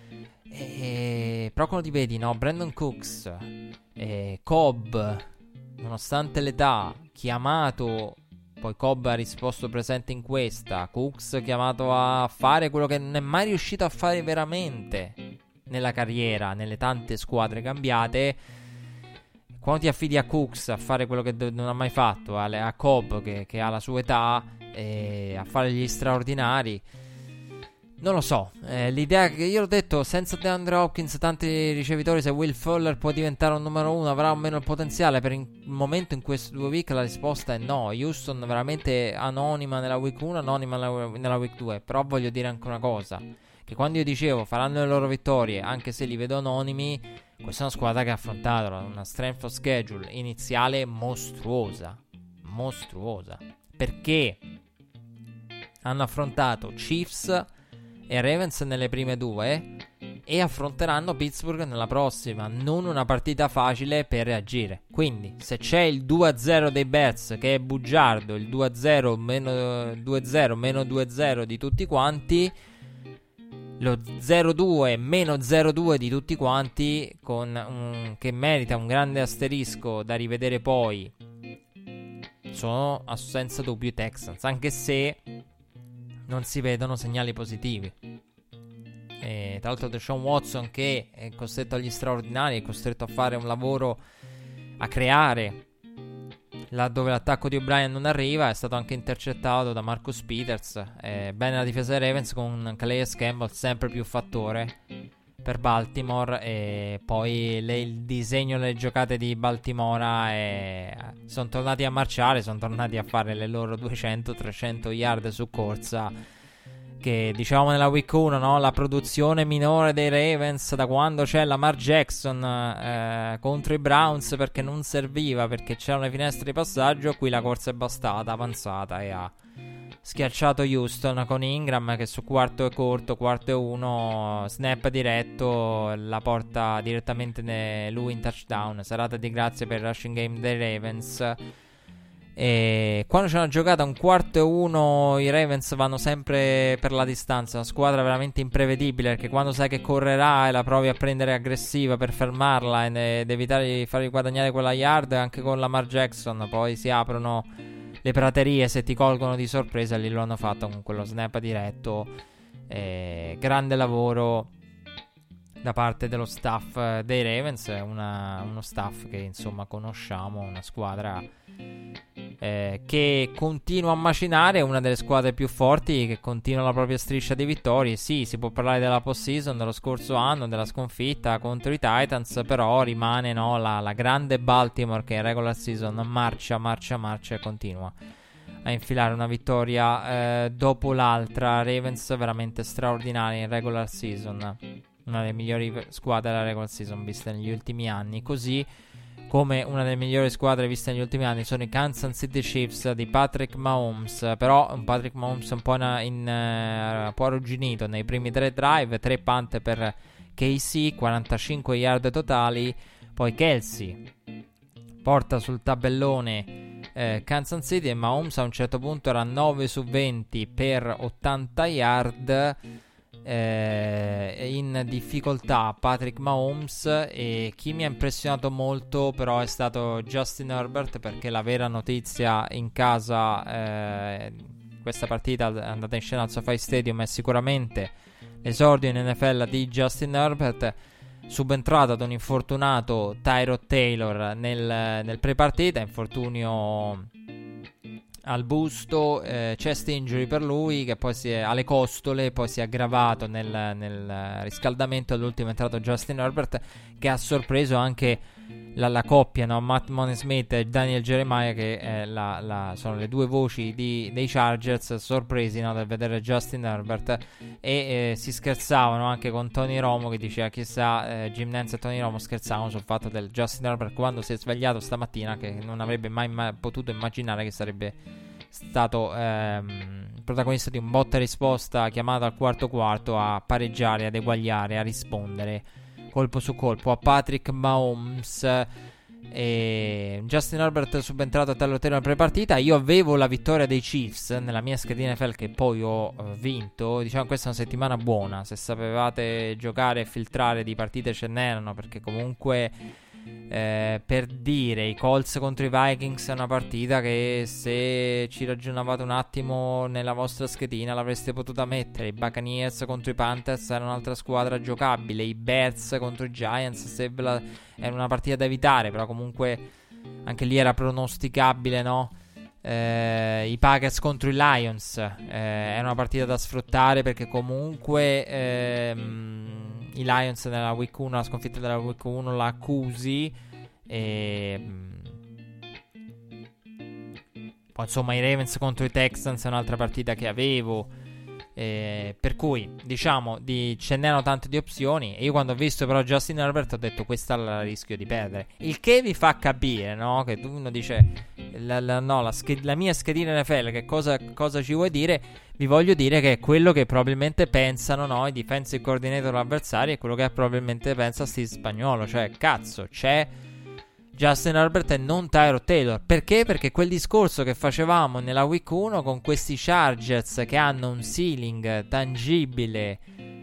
Però quando ti vedi, no, Brandon Cooks, Cobb, nonostante l'età, chiamato, poi Cobb ha risposto presente in questa, Cooks chiamato a fare quello che non è mai riuscito a fare veramente nella carriera, nelle tante squadre cambiate. Quando ti affidi a Cooks a fare quello che non ha mai fatto, a Cobb che ha la sua età, a fare gli straordinari, non lo so. L'idea che io ho detto, senza DeAndre Hopkins tanti ricevitori, se Will Fuller può diventare un numero 1, avrà o meno il potenziale. Per il momento in queste 2 week la risposta è no. Houston veramente anonima nella week 1, anonima nella week 2. Però voglio dire anche una cosa, che quando io dicevo faranno le loro vittorie anche se li vedo anonimi, questa è una squadra che ha affrontato una strength of schedule iniziale mostruosa, perché hanno affrontato Chiefs e Ravens nelle prime 2 e affronteranno Pittsburgh nella prossima. Non una partita facile per reagire. Quindi se c'è il 2-0 dei Bears, che è bugiardo, il 2-0 meno 2-0 meno 2-0 di tutti quanti, lo 0-2 meno 0-2 di tutti quanti, che merita un grande asterisco da rivedere poi, sono senza dubbio i Texans, anche se non si vedono segnali positivi. Tra l'altro Deshaun Watson, che è costretto agli straordinari, è costretto a fare un lavoro, a creare laddove l'attacco di O'Brien non arriva, è stato anche intercettato da Marcus Peters. Bene la difesa dei Ravens, con Calais Campbell sempre più fattore per Baltimore. E poi il disegno delle giocate di Baltimora sono tornati a marciare, sono tornati a fare le loro 200-300 yard su corsa, che dicevamo nella week 1, no? La produzione minore dei Ravens da quando c'è Lamar Jackson contro i Browns, perché non serviva, perché c'era una finestra di passaggio. Qui la corsa è bastata, avanzata, e ha schiacciato Houston con Ingram, che su quarto e corto, quarto e 1, snap diretto, la porta direttamente lui in touchdown. Serata di grazia per il rushing game dei Ravens. E quando c'è una giocata un quarto e 1, i Ravens vanno sempre per la distanza. Una squadra veramente imprevedibile, perché quando sai che correrà e la provi a prendere aggressiva per fermarla ed evitare di fargli guadagnare quella yard, anche con Lamar Jackson poi si aprono le praterie se ti colgono di sorpresa. Lì lo hanno fatto con quello snap diretto. Grande lavoro da parte dello staff dei Ravens, uno staff che insomma conosciamo, una squadra che continua a macinare, una delle squadre più forti, che continua la propria striscia di vittorie. Sì, si può parlare della postseason dello scorso anno, della sconfitta contro i Titans, però rimane, no, la grande Baltimore, che in regular season marcia e continua a infilare una vittoria dopo l'altra. Ravens veramente straordinaria in regular season, una delle migliori squadre della regular season viste negli ultimi anni, così come una delle migliori squadre viste negli ultimi anni sono i Kansas City Chiefs di Patrick Mahomes. Però un Patrick Mahomes un po' arrugginito nei primi 3 drive, 3 punt per KC 45 yard totali. Poi Kelsey porta sul tabellone Kansas City, e Mahomes a un certo punto era 9 su 20 per 80 yard. In difficoltà Patrick Mahomes, e chi mi ha impressionato molto però è stato Justin Herbert, perché la vera notizia in casa questa partita andata in scena al SoFi Stadium è sicuramente l'esordio in NFL di Justin Herbert, subentrato ad un infortunato Tyrod Taylor nel pre-partita, infortunio al busto, chest injury per lui, che poi alle costole, poi si è aggravato nel riscaldamento. All'ultimo è entrato Justin Herbert, che ha sorpreso anche la coppia, no? Matt Monesmith e Daniel Jeremiah, che sono le due voci dei Chargers, sorpresi, no, dal vedere Justin Herbert, e si scherzavano anche con Tony Romo, che diceva, chissà, Jim Nantz e Tony Romo scherzavano sul fatto del Justin Herbert quando si è svegliato stamattina, che non avrebbe mai potuto immaginare che sarebbe stato protagonista di un botta e risposta chiamato al quarto a pareggiare, ad eguagliare, a rispondere colpo su colpo a Patrick Mahomes. E Justin Herbert è subentrato a Taylor nella prepartita. Io avevo la vittoria dei Chiefs nella mia schedina NFL, che poi ho vinto. Diciamo, questa è una settimana buona. Se sapevate giocare e filtrare di partite, ce n'erano, perché comunque per dire, i Colts contro i Vikings è una partita che, se ci ragionavate un attimo nella vostra schedina, l'avreste potuta mettere. I Buccaneers contro i Panthers era un'altra squadra giocabile. I Bears contro i Giants era una partita da evitare, però comunque anche lì era pronosticabile, no? I Packers contro i Lions era una partita da sfruttare, perché comunque i Lions nella week 1, la sconfitta della week 1 la accusi, poi insomma i Ravens contro i Texans è un'altra partita che avevo, per cui diciamo ce n'erano tante di opzioni, e io quando ho visto però Justin Herbert ho detto, questa la rischio di perdere, il che vi fa capire, no? Che uno dice la mia schedina NFL, che cosa ci vuoi dire? Vi voglio dire che è quello che probabilmente pensano, no, i defensive coordinator avversari, e quello che probabilmente pensa Steve Spagnuolo, cioè cazzo, c'è Justin Herbert e non Tyrod Taylor. Perché? Perché quel discorso che facevamo nella week 1 con questi Chargers che hanno un ceiling tangibile,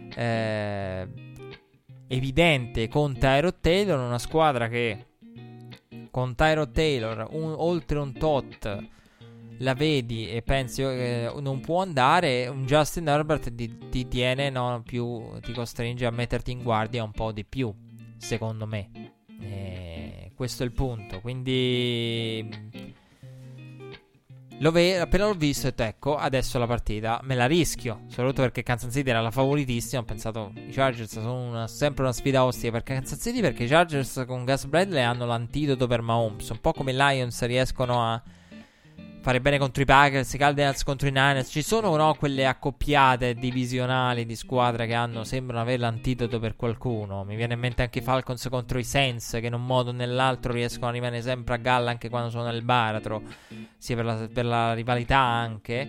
evidente, con Tyrod Taylor, una squadra che con Tyrod Taylor oltre un tot la vedi e pensi non può andare, un Justin Herbert ti tiene, no, più, ti costringe a metterti in guardia un po' di più, secondo me. Questo è il punto. Quindi appena l'ho visto ho detto, ecco, adesso la partita me la rischio, soprattutto perché Kansas City era la favoritissima. Ho pensato, i Chargers sono sempre una sfida ostica per Kansas City, perché i Chargers con Gus Bradley hanno l'antidoto per Mahomes, un po' come i Lions riescono a fare bene contro i Packers, i Cardinals contro i Niners. Ci sono, no, quelle accoppiate divisionali di squadre che sembrano avere l'antidoto per qualcuno. Mi viene in mente anche i Falcons contro i Saints, che in un modo o nell'altro riescono a rimanere sempre a galla anche quando sono nel baratro, sia per la rivalità anche.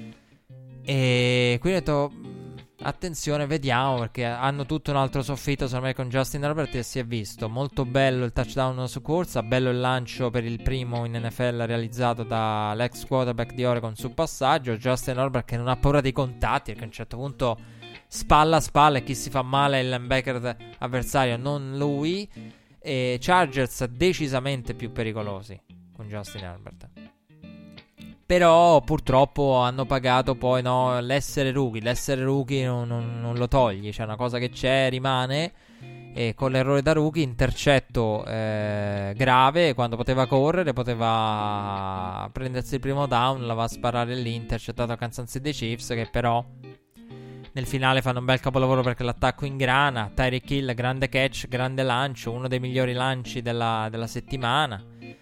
E quindi ho detto, attenzione, vediamo, perché hanno tutto un altro soffitto secondo me con Justin Herbert, e si è visto molto bello il touchdown su corsa, bello il lancio per il primo in NFL realizzato dall'ex quarterback di Oregon sul passaggio. Justin Herbert che non ha paura dei contatti, perché a un certo punto spalla a spalla e chi si fa male è il linebacker avversario, non lui. E Chargers decisamente più pericolosi con Justin Herbert. Però purtroppo hanno pagato poi, no, l'essere rookie non lo togli, c'è una cosa che c'è, rimane, e con l'errore da rookie, intercetto grave, quando poteva correre, poteva prendersi il primo down, la va a sparare lì, intercettato a Kansas City Chiefs, che però nel finale fanno un bel capolavoro perché l'attacco ingrana. Tyreek Hill, grande catch, grande lancio, uno dei migliori lanci della settimana.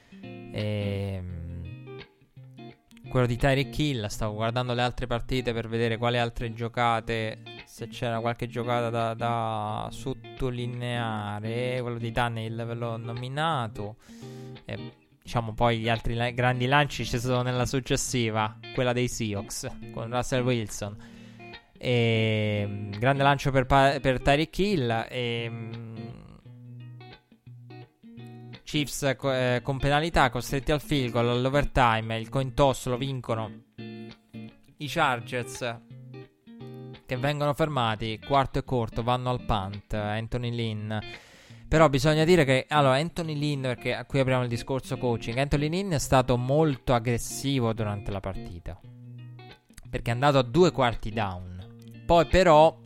Quello di Tyreek Hill. Stavo guardando le altre partite per vedere quali altre giocate, se c'era qualche giocata da sottolineare. Quello di Tannehill ve l'ho nominato. Diciamo poi gli altri grandi lanci ci sono nella successiva, quella dei Seahawks con Russell Wilson. Grande lancio per Tyreek Hill. Chiefs con penalità, costretti al field goal all'overtime. Il coin toss lo vincono i Chargers, che vengono fermati. Quarto e corto, vanno al punt. Anthony Lynn. Però bisogna dire che, allora, Anthony Lynn, perché qui apriamo il discorso coaching, Anthony Lynn è stato molto aggressivo durante la partita, perché è andato a 2 quarti down. Poi però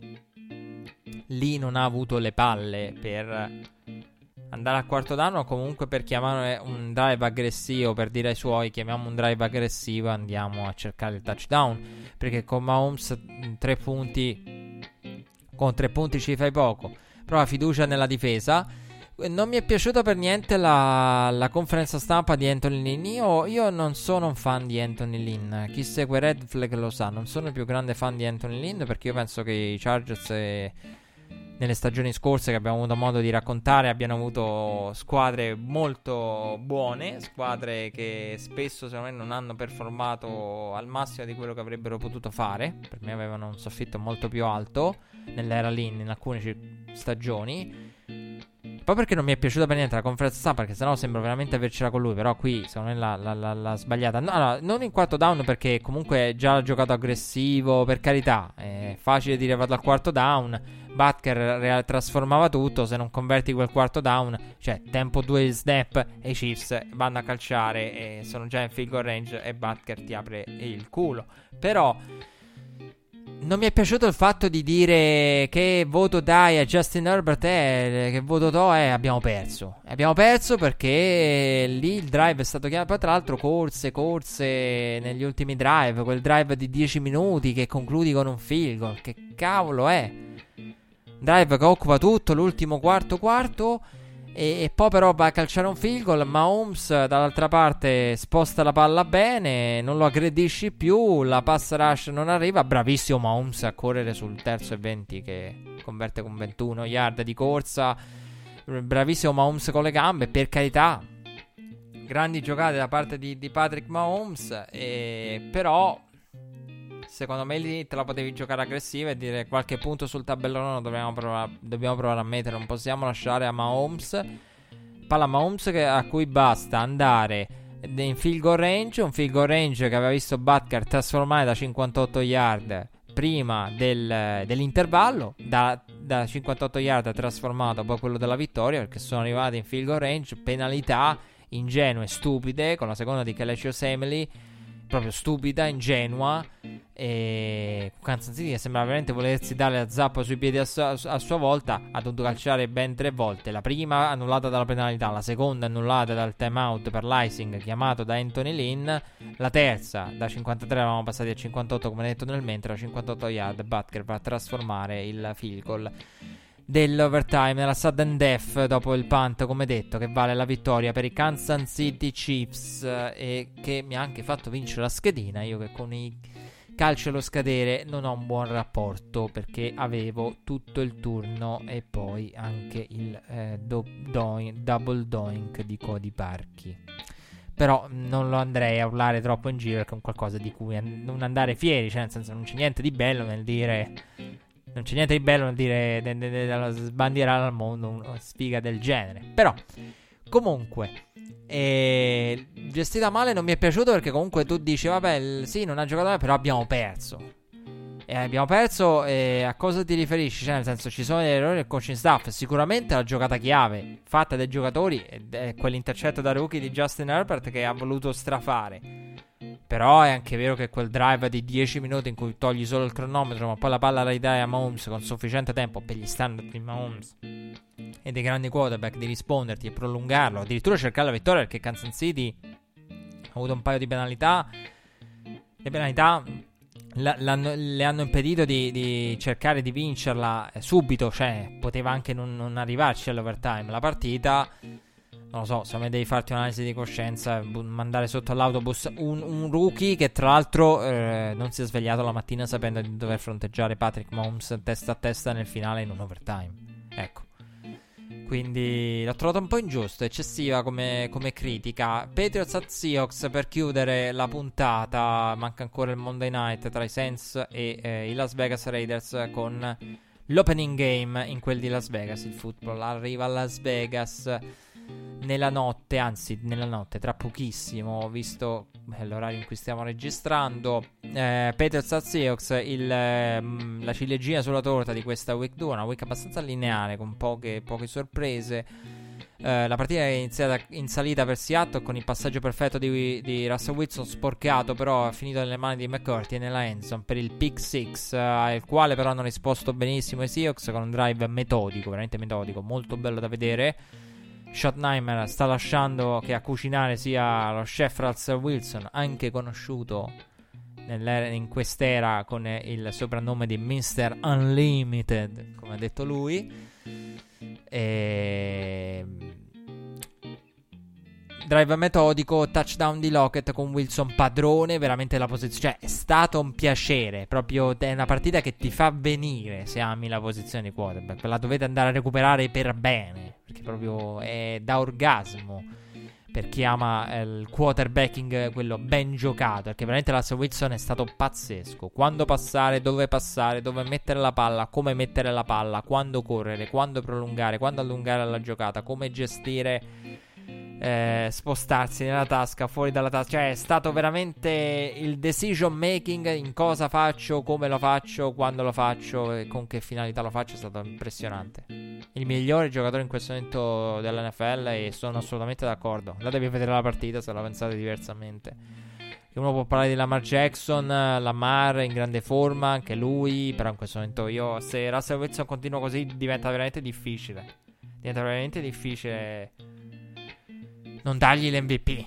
lì non ha avuto le palle per andare al quarto down, o comunque per chiamare un drive aggressivo, per dire ai suoi chiamiamo un drive aggressivo, andiamo a cercare il touchdown, perché con Mahomes 3 punti, con 3 punti ci fai poco. Prova fiducia nella difesa. Non mi è piaciuta per niente la conferenza stampa di Anthony Lynn. Io non sono un fan di Anthony Lynn. Chi segue Red Flag lo sa. Non sono il più grande fan di Anthony Lynn, perché io penso che i Chargers nelle stagioni scorse che abbiamo avuto modo di raccontare abbiano avuto squadre molto buone, squadre che spesso secondo me non hanno performato al massimo di quello che avrebbero potuto fare. Per me avevano un soffitto molto più alto nell'era Lynn in alcune stagioni. Poi perché non mi è piaciuta per niente la conferenza stampa, perché sennò sembra veramente avercela con lui. Però qui secondo me l'ha sbagliata. No, non in quarto down, perché comunque già ha giocato aggressivo. Per carità, è facile dire vado al quarto down. Butker trasformava tutto. Se non converti quel quarto down, cioè tempo 2 snap, e i Chiefs vanno a calciare e sono già in field goal range e Butker ti apre il culo. Però non mi è piaciuto il fatto di dire che voto dai a Justin Herbert, che voto do è abbiamo perso. Abbiamo perso perché lì il drive è stato chiaro. Poi tra l'altro corse negli ultimi drive. Quel drive di 10 minuti che concludi con un field goal. Che cavolo è? Drive che occupa tutto l'ultimo quarto. E poi però va a calciare un field goal. Mahomes dall'altra parte sposta la palla bene, non lo aggredisci più, la pass rush non arriva. Bravissimo Mahomes a correre sul terzo e 20 che converte con 21 yard di corsa. Bravissimo Mahomes con le gambe, per carità. Grandi giocate da parte di Patrick Mahomes, però secondo me lì te la potevi giocare aggressiva e dire qualche punto sul tabellone dobbiamo provare a mettere. Non possiamo lasciare a Mahomes. Palla Mahomes a cui basta andare in field goal range. Un field goal range che aveva visto Butker trasformare da 58 yard prima dell'intervallo. Da 58 yard ha trasformato poi quello della vittoria, perché sono arrivati in field goal range. Penalità ingenue, stupide, con la seconda di Kelechi Osemele, proprio stupida, ingenua. E Kansas City, che sembra veramente volersi dare la zappa sui piedi a sua volta, ha dovuto calciare ben 3 volte. La prima annullata dalla penalità, la seconda annullata dal timeout per l'icing chiamato da Anthony Lynn, la terza da 53 eravamo passati a 58 come detto nel mentre, a 58 yard Butker va a trasformare il field goal dell'overtime nella sudden death dopo il punt, come detto, che vale la vittoria per i Kansas City Chiefs, e che mi ha anche fatto vincere la schedina. Io che con i calcio allo scadere non ho un buon rapporto, perché avevo tutto il turno e poi anche il double doink di Cody Parkey. Però non lo andrei a urlare troppo in giro, perché è un qualcosa di cui non andare fieri, cioè nel senso non c'è niente di bello nel dire sbandierare al mondo una sfiga del genere. Però comunque gestita male, non mi è piaciuto, perché comunque tu dici vabbè sì non ha giocato male, però abbiamo perso. A cosa ti riferisci? Cioè nel senso, ci sono degli errori del coaching staff. Sicuramente la giocata chiave fatta dai giocatori è quell'intercetto da rookie di Justin Herbert che ha voluto strafare. Però è anche vero che quel drive di 10 minuti in cui togli solo il cronometro, ma poi la palla la ridai a Mahomes con sufficiente tempo per gli standard di Mahomes e dei grandi quarterback di risponderti e prolungarlo, addirittura cercare la vittoria, perché Kansas City ha avuto un paio di penalità. Le penalità le hanno impedito di cercare di vincerla subito, cioè poteva anche non arrivarci all'overtime la partita. Non lo so, se me devi farti un'analisi di coscienza, mandare sotto all'autobus un rookie che tra l'altro non si è svegliato la mattina sapendo di dover fronteggiare Patrick Mahomes testa a testa nel finale in un overtime. Ecco, quindi l'ho trovato un po' ingiusto, eccessiva come critica. Patriots at Seahawks per chiudere la puntata. Manca ancora il Monday Night tra i Saints e i Las Vegas Raiders, con l'opening game in quel di Las Vegas. Il football arriva a Las Vegas nella notte, tra pochissimo, visto l'orario in cui stiamo registrando. Patriots at Seahawks, la ciliegina sulla torta di questa week 2, una week abbastanza lineare con poche sorprese. La partita è iniziata in salita per Seattle con il passaggio perfetto di Russell Wilson, sporcato però ha finito nelle mani di McCourty e nella endzone per il pick 6, al quale però hanno risposto benissimo i Seahawks con un drive metodico, veramente metodico, molto bello da vedere. Schottenheimer sta lasciando che a cucinare sia lo chef Russell Wilson, anche conosciuto in quest'era con il soprannome di Mr. Unlimited, come ha detto lui. Drive metodico, touchdown di Lockett con Wilson padrone veramente della posizione. Cioè è stato un piacere, proprio è una partita che ti fa venire se ami la posizione di quarterback. La dovete andare a recuperare per bene, perché proprio è da orgasmo per chi ama il quarterbacking, quello ben giocato, perché veramente Russell Wilson è stato pazzesco. Quando passare, dove mettere la palla, come mettere la palla, quando correre, quando prolungare, quando allungare la giocata, come gestire, spostarsi nella tasca, fuori dalla tasca. Cioè è stato veramente il decision making in cosa faccio, come lo faccio, quando lo faccio e con che finalità lo faccio. È stato impressionante, il migliore giocatore in questo momento dell'NFL, e sono assolutamente d'accordo. Andatevi a vedere la partita se la pensate diversamente. Uno può parlare di Lamar Jackson, Lamar in grande forma, anche lui, però in questo momento se Russell Wilson continua così diventa veramente difficile non dargli l'MVP.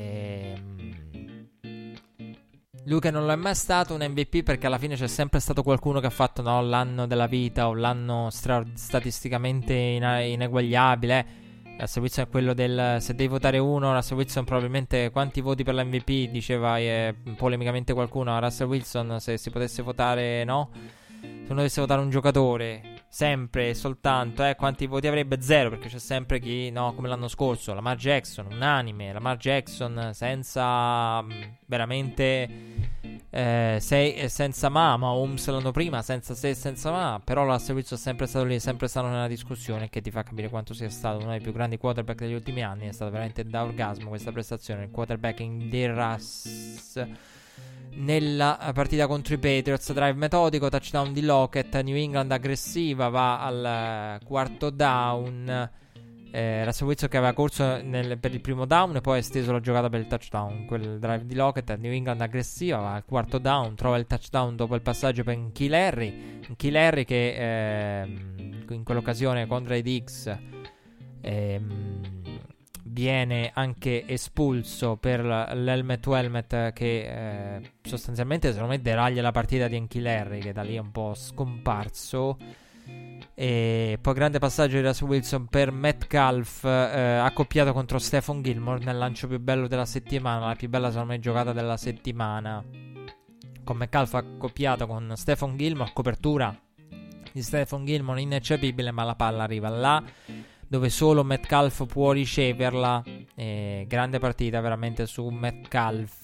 Lui che non lo è mai stato un MVP, perché alla fine c'è sempre stato qualcuno che ha fatto l'anno della vita o l'anno statisticamente ineguagliabile. Russell Wilson è quello del se devi votare uno, Russell Wilson probabilmente quanti voti per l'MVP, diceva polemicamente qualcuno. Russell Wilson, se si potesse votare, no? Se uno dovesse votare un giocatore sempre e soltanto, quanti voti avrebbe? Zero, perché c'è sempre chi, no, come l'anno scorso, Lamar Jackson, unanime, Lamar Jackson senza veramente senza ma Holmes l'anno prima, senza se, senza ma, però Russell Wilson è sempre stato lì, è sempre stato nella discussione, che ti fa capire quanto sia stato uno dei più grandi quarterback degli ultimi anni. È stato veramente da orgasmo questa prestazione, il quarterbacking di Russ nella partita contro i Patriots. Drive metodico, touchdown di Lockett, New England aggressiva, va al quarto down. Russell Wilson che aveva corso per il primo down e poi ha esteso la giocata per il touchdown. Quel drive di Lockett, New England aggressiva, va al quarto down, trova il touchdown dopo il passaggio per N'Keal Harry che in quell'occasione contro i Diggs viene anche espulso per l'helmet to helmet, che sostanzialmente secondo me deraglia la partita di N'Keal Harry, che da lì è un po' scomparso. E poi grande passaggio di Russell Wilson per Metcalf, accoppiato contro Stephon Gilmore nel lancio più bello della settimana, la più bella secondo me giocata della settimana, con Metcalf accoppiato con Stephon Gilmore, copertura di Stephon Gilmore ineccepibile, ma la palla arriva là dove solo Metcalf può riceverla. Grande partita veramente su Metcalf.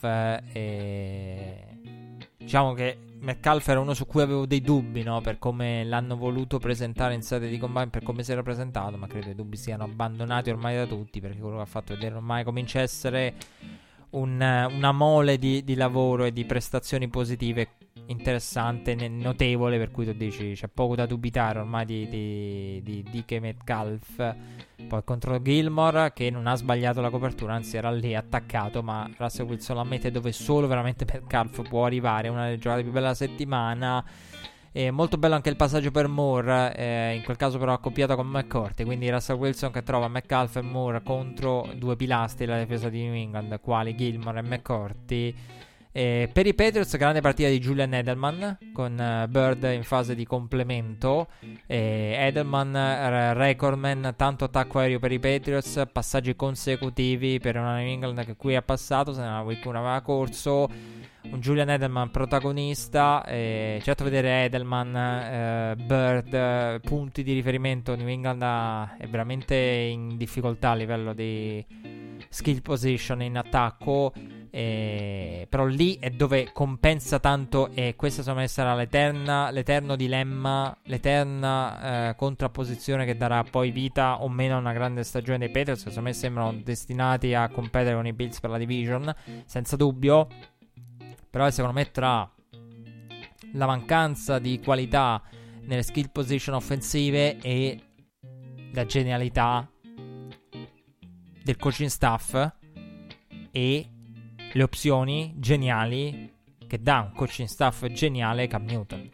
Diciamo che Metcalf era uno su cui avevo dei dubbi, no? Per come l'hanno voluto presentare in sede di combine, per come si era presentato, ma credo i dubbi siano abbandonati ormai da tutti, perché quello che ha fatto vedere ormai comincia a essere una mole di lavoro e di prestazioni positive interessante, notevole, per cui tu dici c'è poco da dubitare ormai di DK Metcalf. Poi contro Gilmore, che non ha sbagliato la copertura, anzi era lì attaccato, ma Russell Wilson la mette dove solo veramente Metcalf può arrivare. Una delle giocate più belle della settimana. Molto bello anche il passaggio per Moore, in quel caso però accoppiato con McCourty, quindi Russell Wilson che trova Metcalf e Moore contro due pilastri della difesa di New England, quali Gilmore e McCourty. Per i Patriots grande partita di Julian Edelman con Bird in fase di complemento. Edelman recordman, tanto attacco aereo per i Patriots, passaggi consecutivi per una New England che qui ha passato, se nella week 1 aveva corso. un Julian Edelman protagonista. Certo, vedere Edelman, Bird, punti di riferimento. New England è veramente in difficoltà a livello di skill position in attacco. Però lì è dove compensa tanto, e questa secondo me sarà l'eterno dilemma, l'eterna contrapposizione che darà poi vita o meno a una grande stagione dei Patriots, che secondo me sembrano destinati a competere con i Bills per la division, senza dubbio. Però secondo me tra la mancanza di qualità nelle skill position offensive e la genialità del coaching staff e le opzioni geniali che dà un coaching staff geniale, Cam Newton.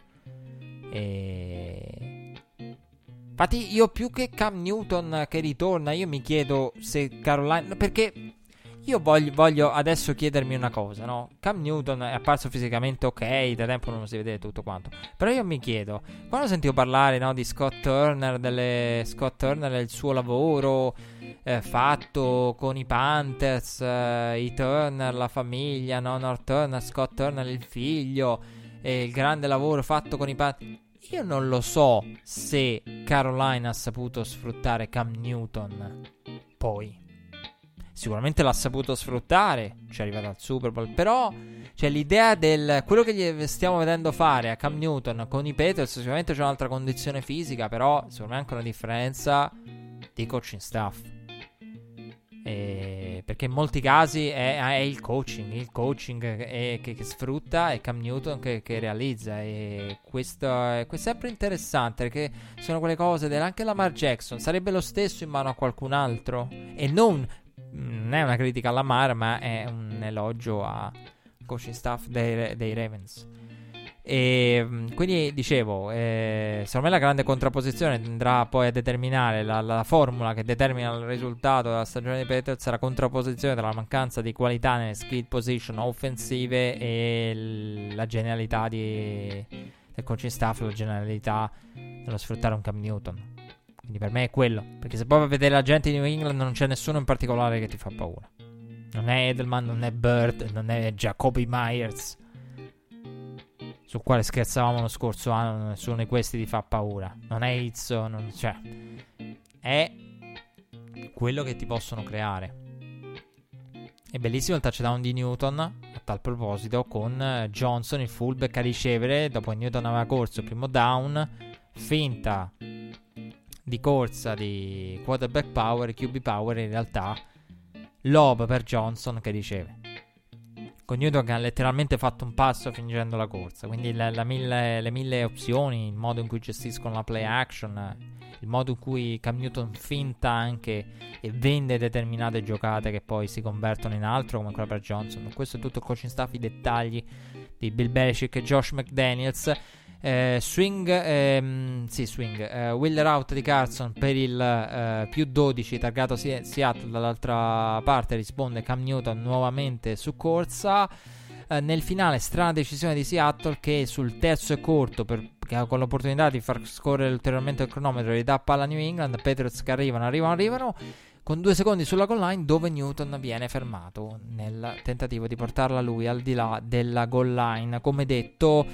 Infatti io, più che Cam Newton che ritorna, io mi chiedo se Carolina, perché io voglio adesso chiedermi una cosa, no? Cam Newton è apparso fisicamente ok, da tempo non si vede tutto quanto, però io mi chiedo, quando sentivo parlare, no, di Scott Turner e il suo lavoro fatto con i Panthers, i Turner, la famiglia, no? North Turner, Scott Turner, il figlio, il grande lavoro fatto con i Panthers. Io non lo so se Carolina ha saputo sfruttare Cam Newton. Poi sicuramente l'ha saputo sfruttare, ci è arrivato al Super Bowl, però cioè l'idea del quello che gli stiamo vedendo fare a Cam Newton con i Patriots, sicuramente c'è un'altra condizione fisica, però secondo me è anche una differenza di coaching staff. Perché in molti casi è il coaching che sfrutta, e Cam Newton che realizza, e questo è sempre interessante, perché sono quelle cose anche Lamar Jackson sarebbe lo stesso in mano a qualcun altro, e non è una critica a Lamar, ma è un elogio a coaching staff dei Ravens. E quindi dicevo, secondo me la grande contrapposizione andrà poi a determinare la formula che determina il risultato della stagione dei Patriots, sarà contrapposizione tra la mancanza di qualità nelle skill position offensive e la genialità del coaching staff, la genialità dello sfruttare un Cam Newton. Quindi per me è quello, perché se poi vai a vedere la gente di New England non c'è nessuno in particolare che ti fa paura. Non è Edelman, non è Bird, non è Jacoby Myers, sul quale scherzavamo lo scorso anno. Nessuno di questi ti fa paura. Non è Izzo, cioè è quello che ti possono creare. È bellissimo il touchdown di Newton a tal proposito, con Johnson il fullback a ricevere dopo che Newton aveva corso il primo down, finta di corsa di quarterback power, QB power, in realtà lob per Johnson che riceve, con Newton che ha letteralmente fatto un passo fingendo la corsa. Quindi le mille opzioni, il modo in cui gestiscono la play action, il modo in cui Cam Newton finta anche e vende determinate giocate che poi si convertono in altro, come quella per Johnson. Questo è tutto il coaching staff, i dettagli di Bill Belichick e Josh McDaniels. Swing Wheeler out di Carson per il più 12 targato Seattle. Dall'altra parte risponde Cam Newton nuovamente su corsa. Nel finale strana decisione di Seattle, che sul terzo e corto, con l'opportunità di far scorrere ulteriormente il cronometro, ridà palla a New England. Patriots che arrivano con 2 secondi sulla goal line, dove Newton viene fermato nel tentativo di portarla lui al di là della goal line. Come detto,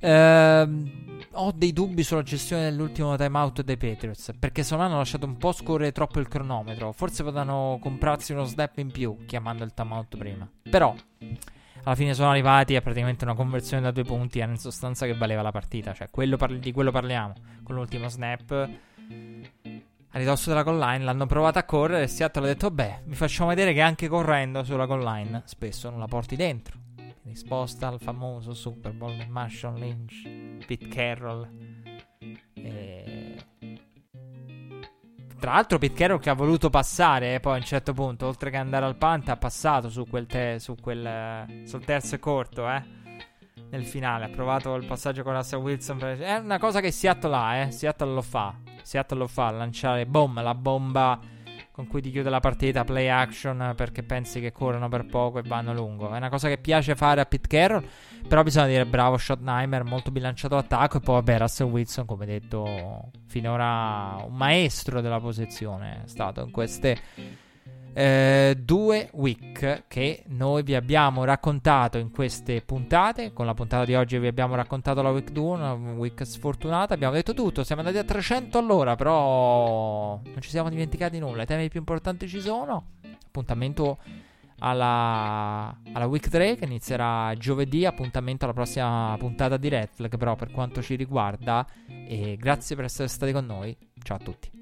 ho dei dubbi sulla gestione dell'ultimo timeout dei Patriots, perché secondo me hanno lasciato un po' scorrere troppo il cronometro. Forse potevano comprarsi uno snap in più chiamando il timeout prima, però alla fine sono arrivati a praticamente una conversione da 2 punti, in sostanza, che valeva la partita. Cioè di quello parliamo. Con l'ultimo snap a ridosso della goal line l'hanno provato a correre, e Seattle ha detto: beh, vi facciamo vedere che anche correndo sulla goal line spesso non la porti dentro. Risposta al famoso Super Bowl di Marshawn Lynch, Pete Carroll. Tra l'altro Pete Carroll che ha voluto passare, poi a un certo punto, oltre che andare al punt, ha passato sul terzo e corto, nel finale ha provato il passaggio con Russell Wilson. È una cosa che Seattle ha, Seattle lo fa, lanciare la bomba con cui ti chiude la partita, play action, perché pensi che corrono per poco e vanno lungo. È una cosa che piace fare a Pete Carroll, però bisogna dire bravo Schottenheimer, molto bilanciato l'attacco. E poi vabbè, Russell Wilson, come detto, finora un maestro della posizione è stato in queste 2 week che noi vi abbiamo raccontato in queste puntate. Con la puntata di oggi vi abbiamo raccontato la week 2, una week sfortunata. Abbiamo detto tutto, siamo andati a 300 all'ora, però non ci siamo dimenticati nulla. I temi più importanti ci sono. Appuntamento alla week 3 che inizierà giovedì. Appuntamento alla prossima puntata di Red Flag, però per quanto ci riguarda. E grazie per essere stati con noi. Ciao a tutti.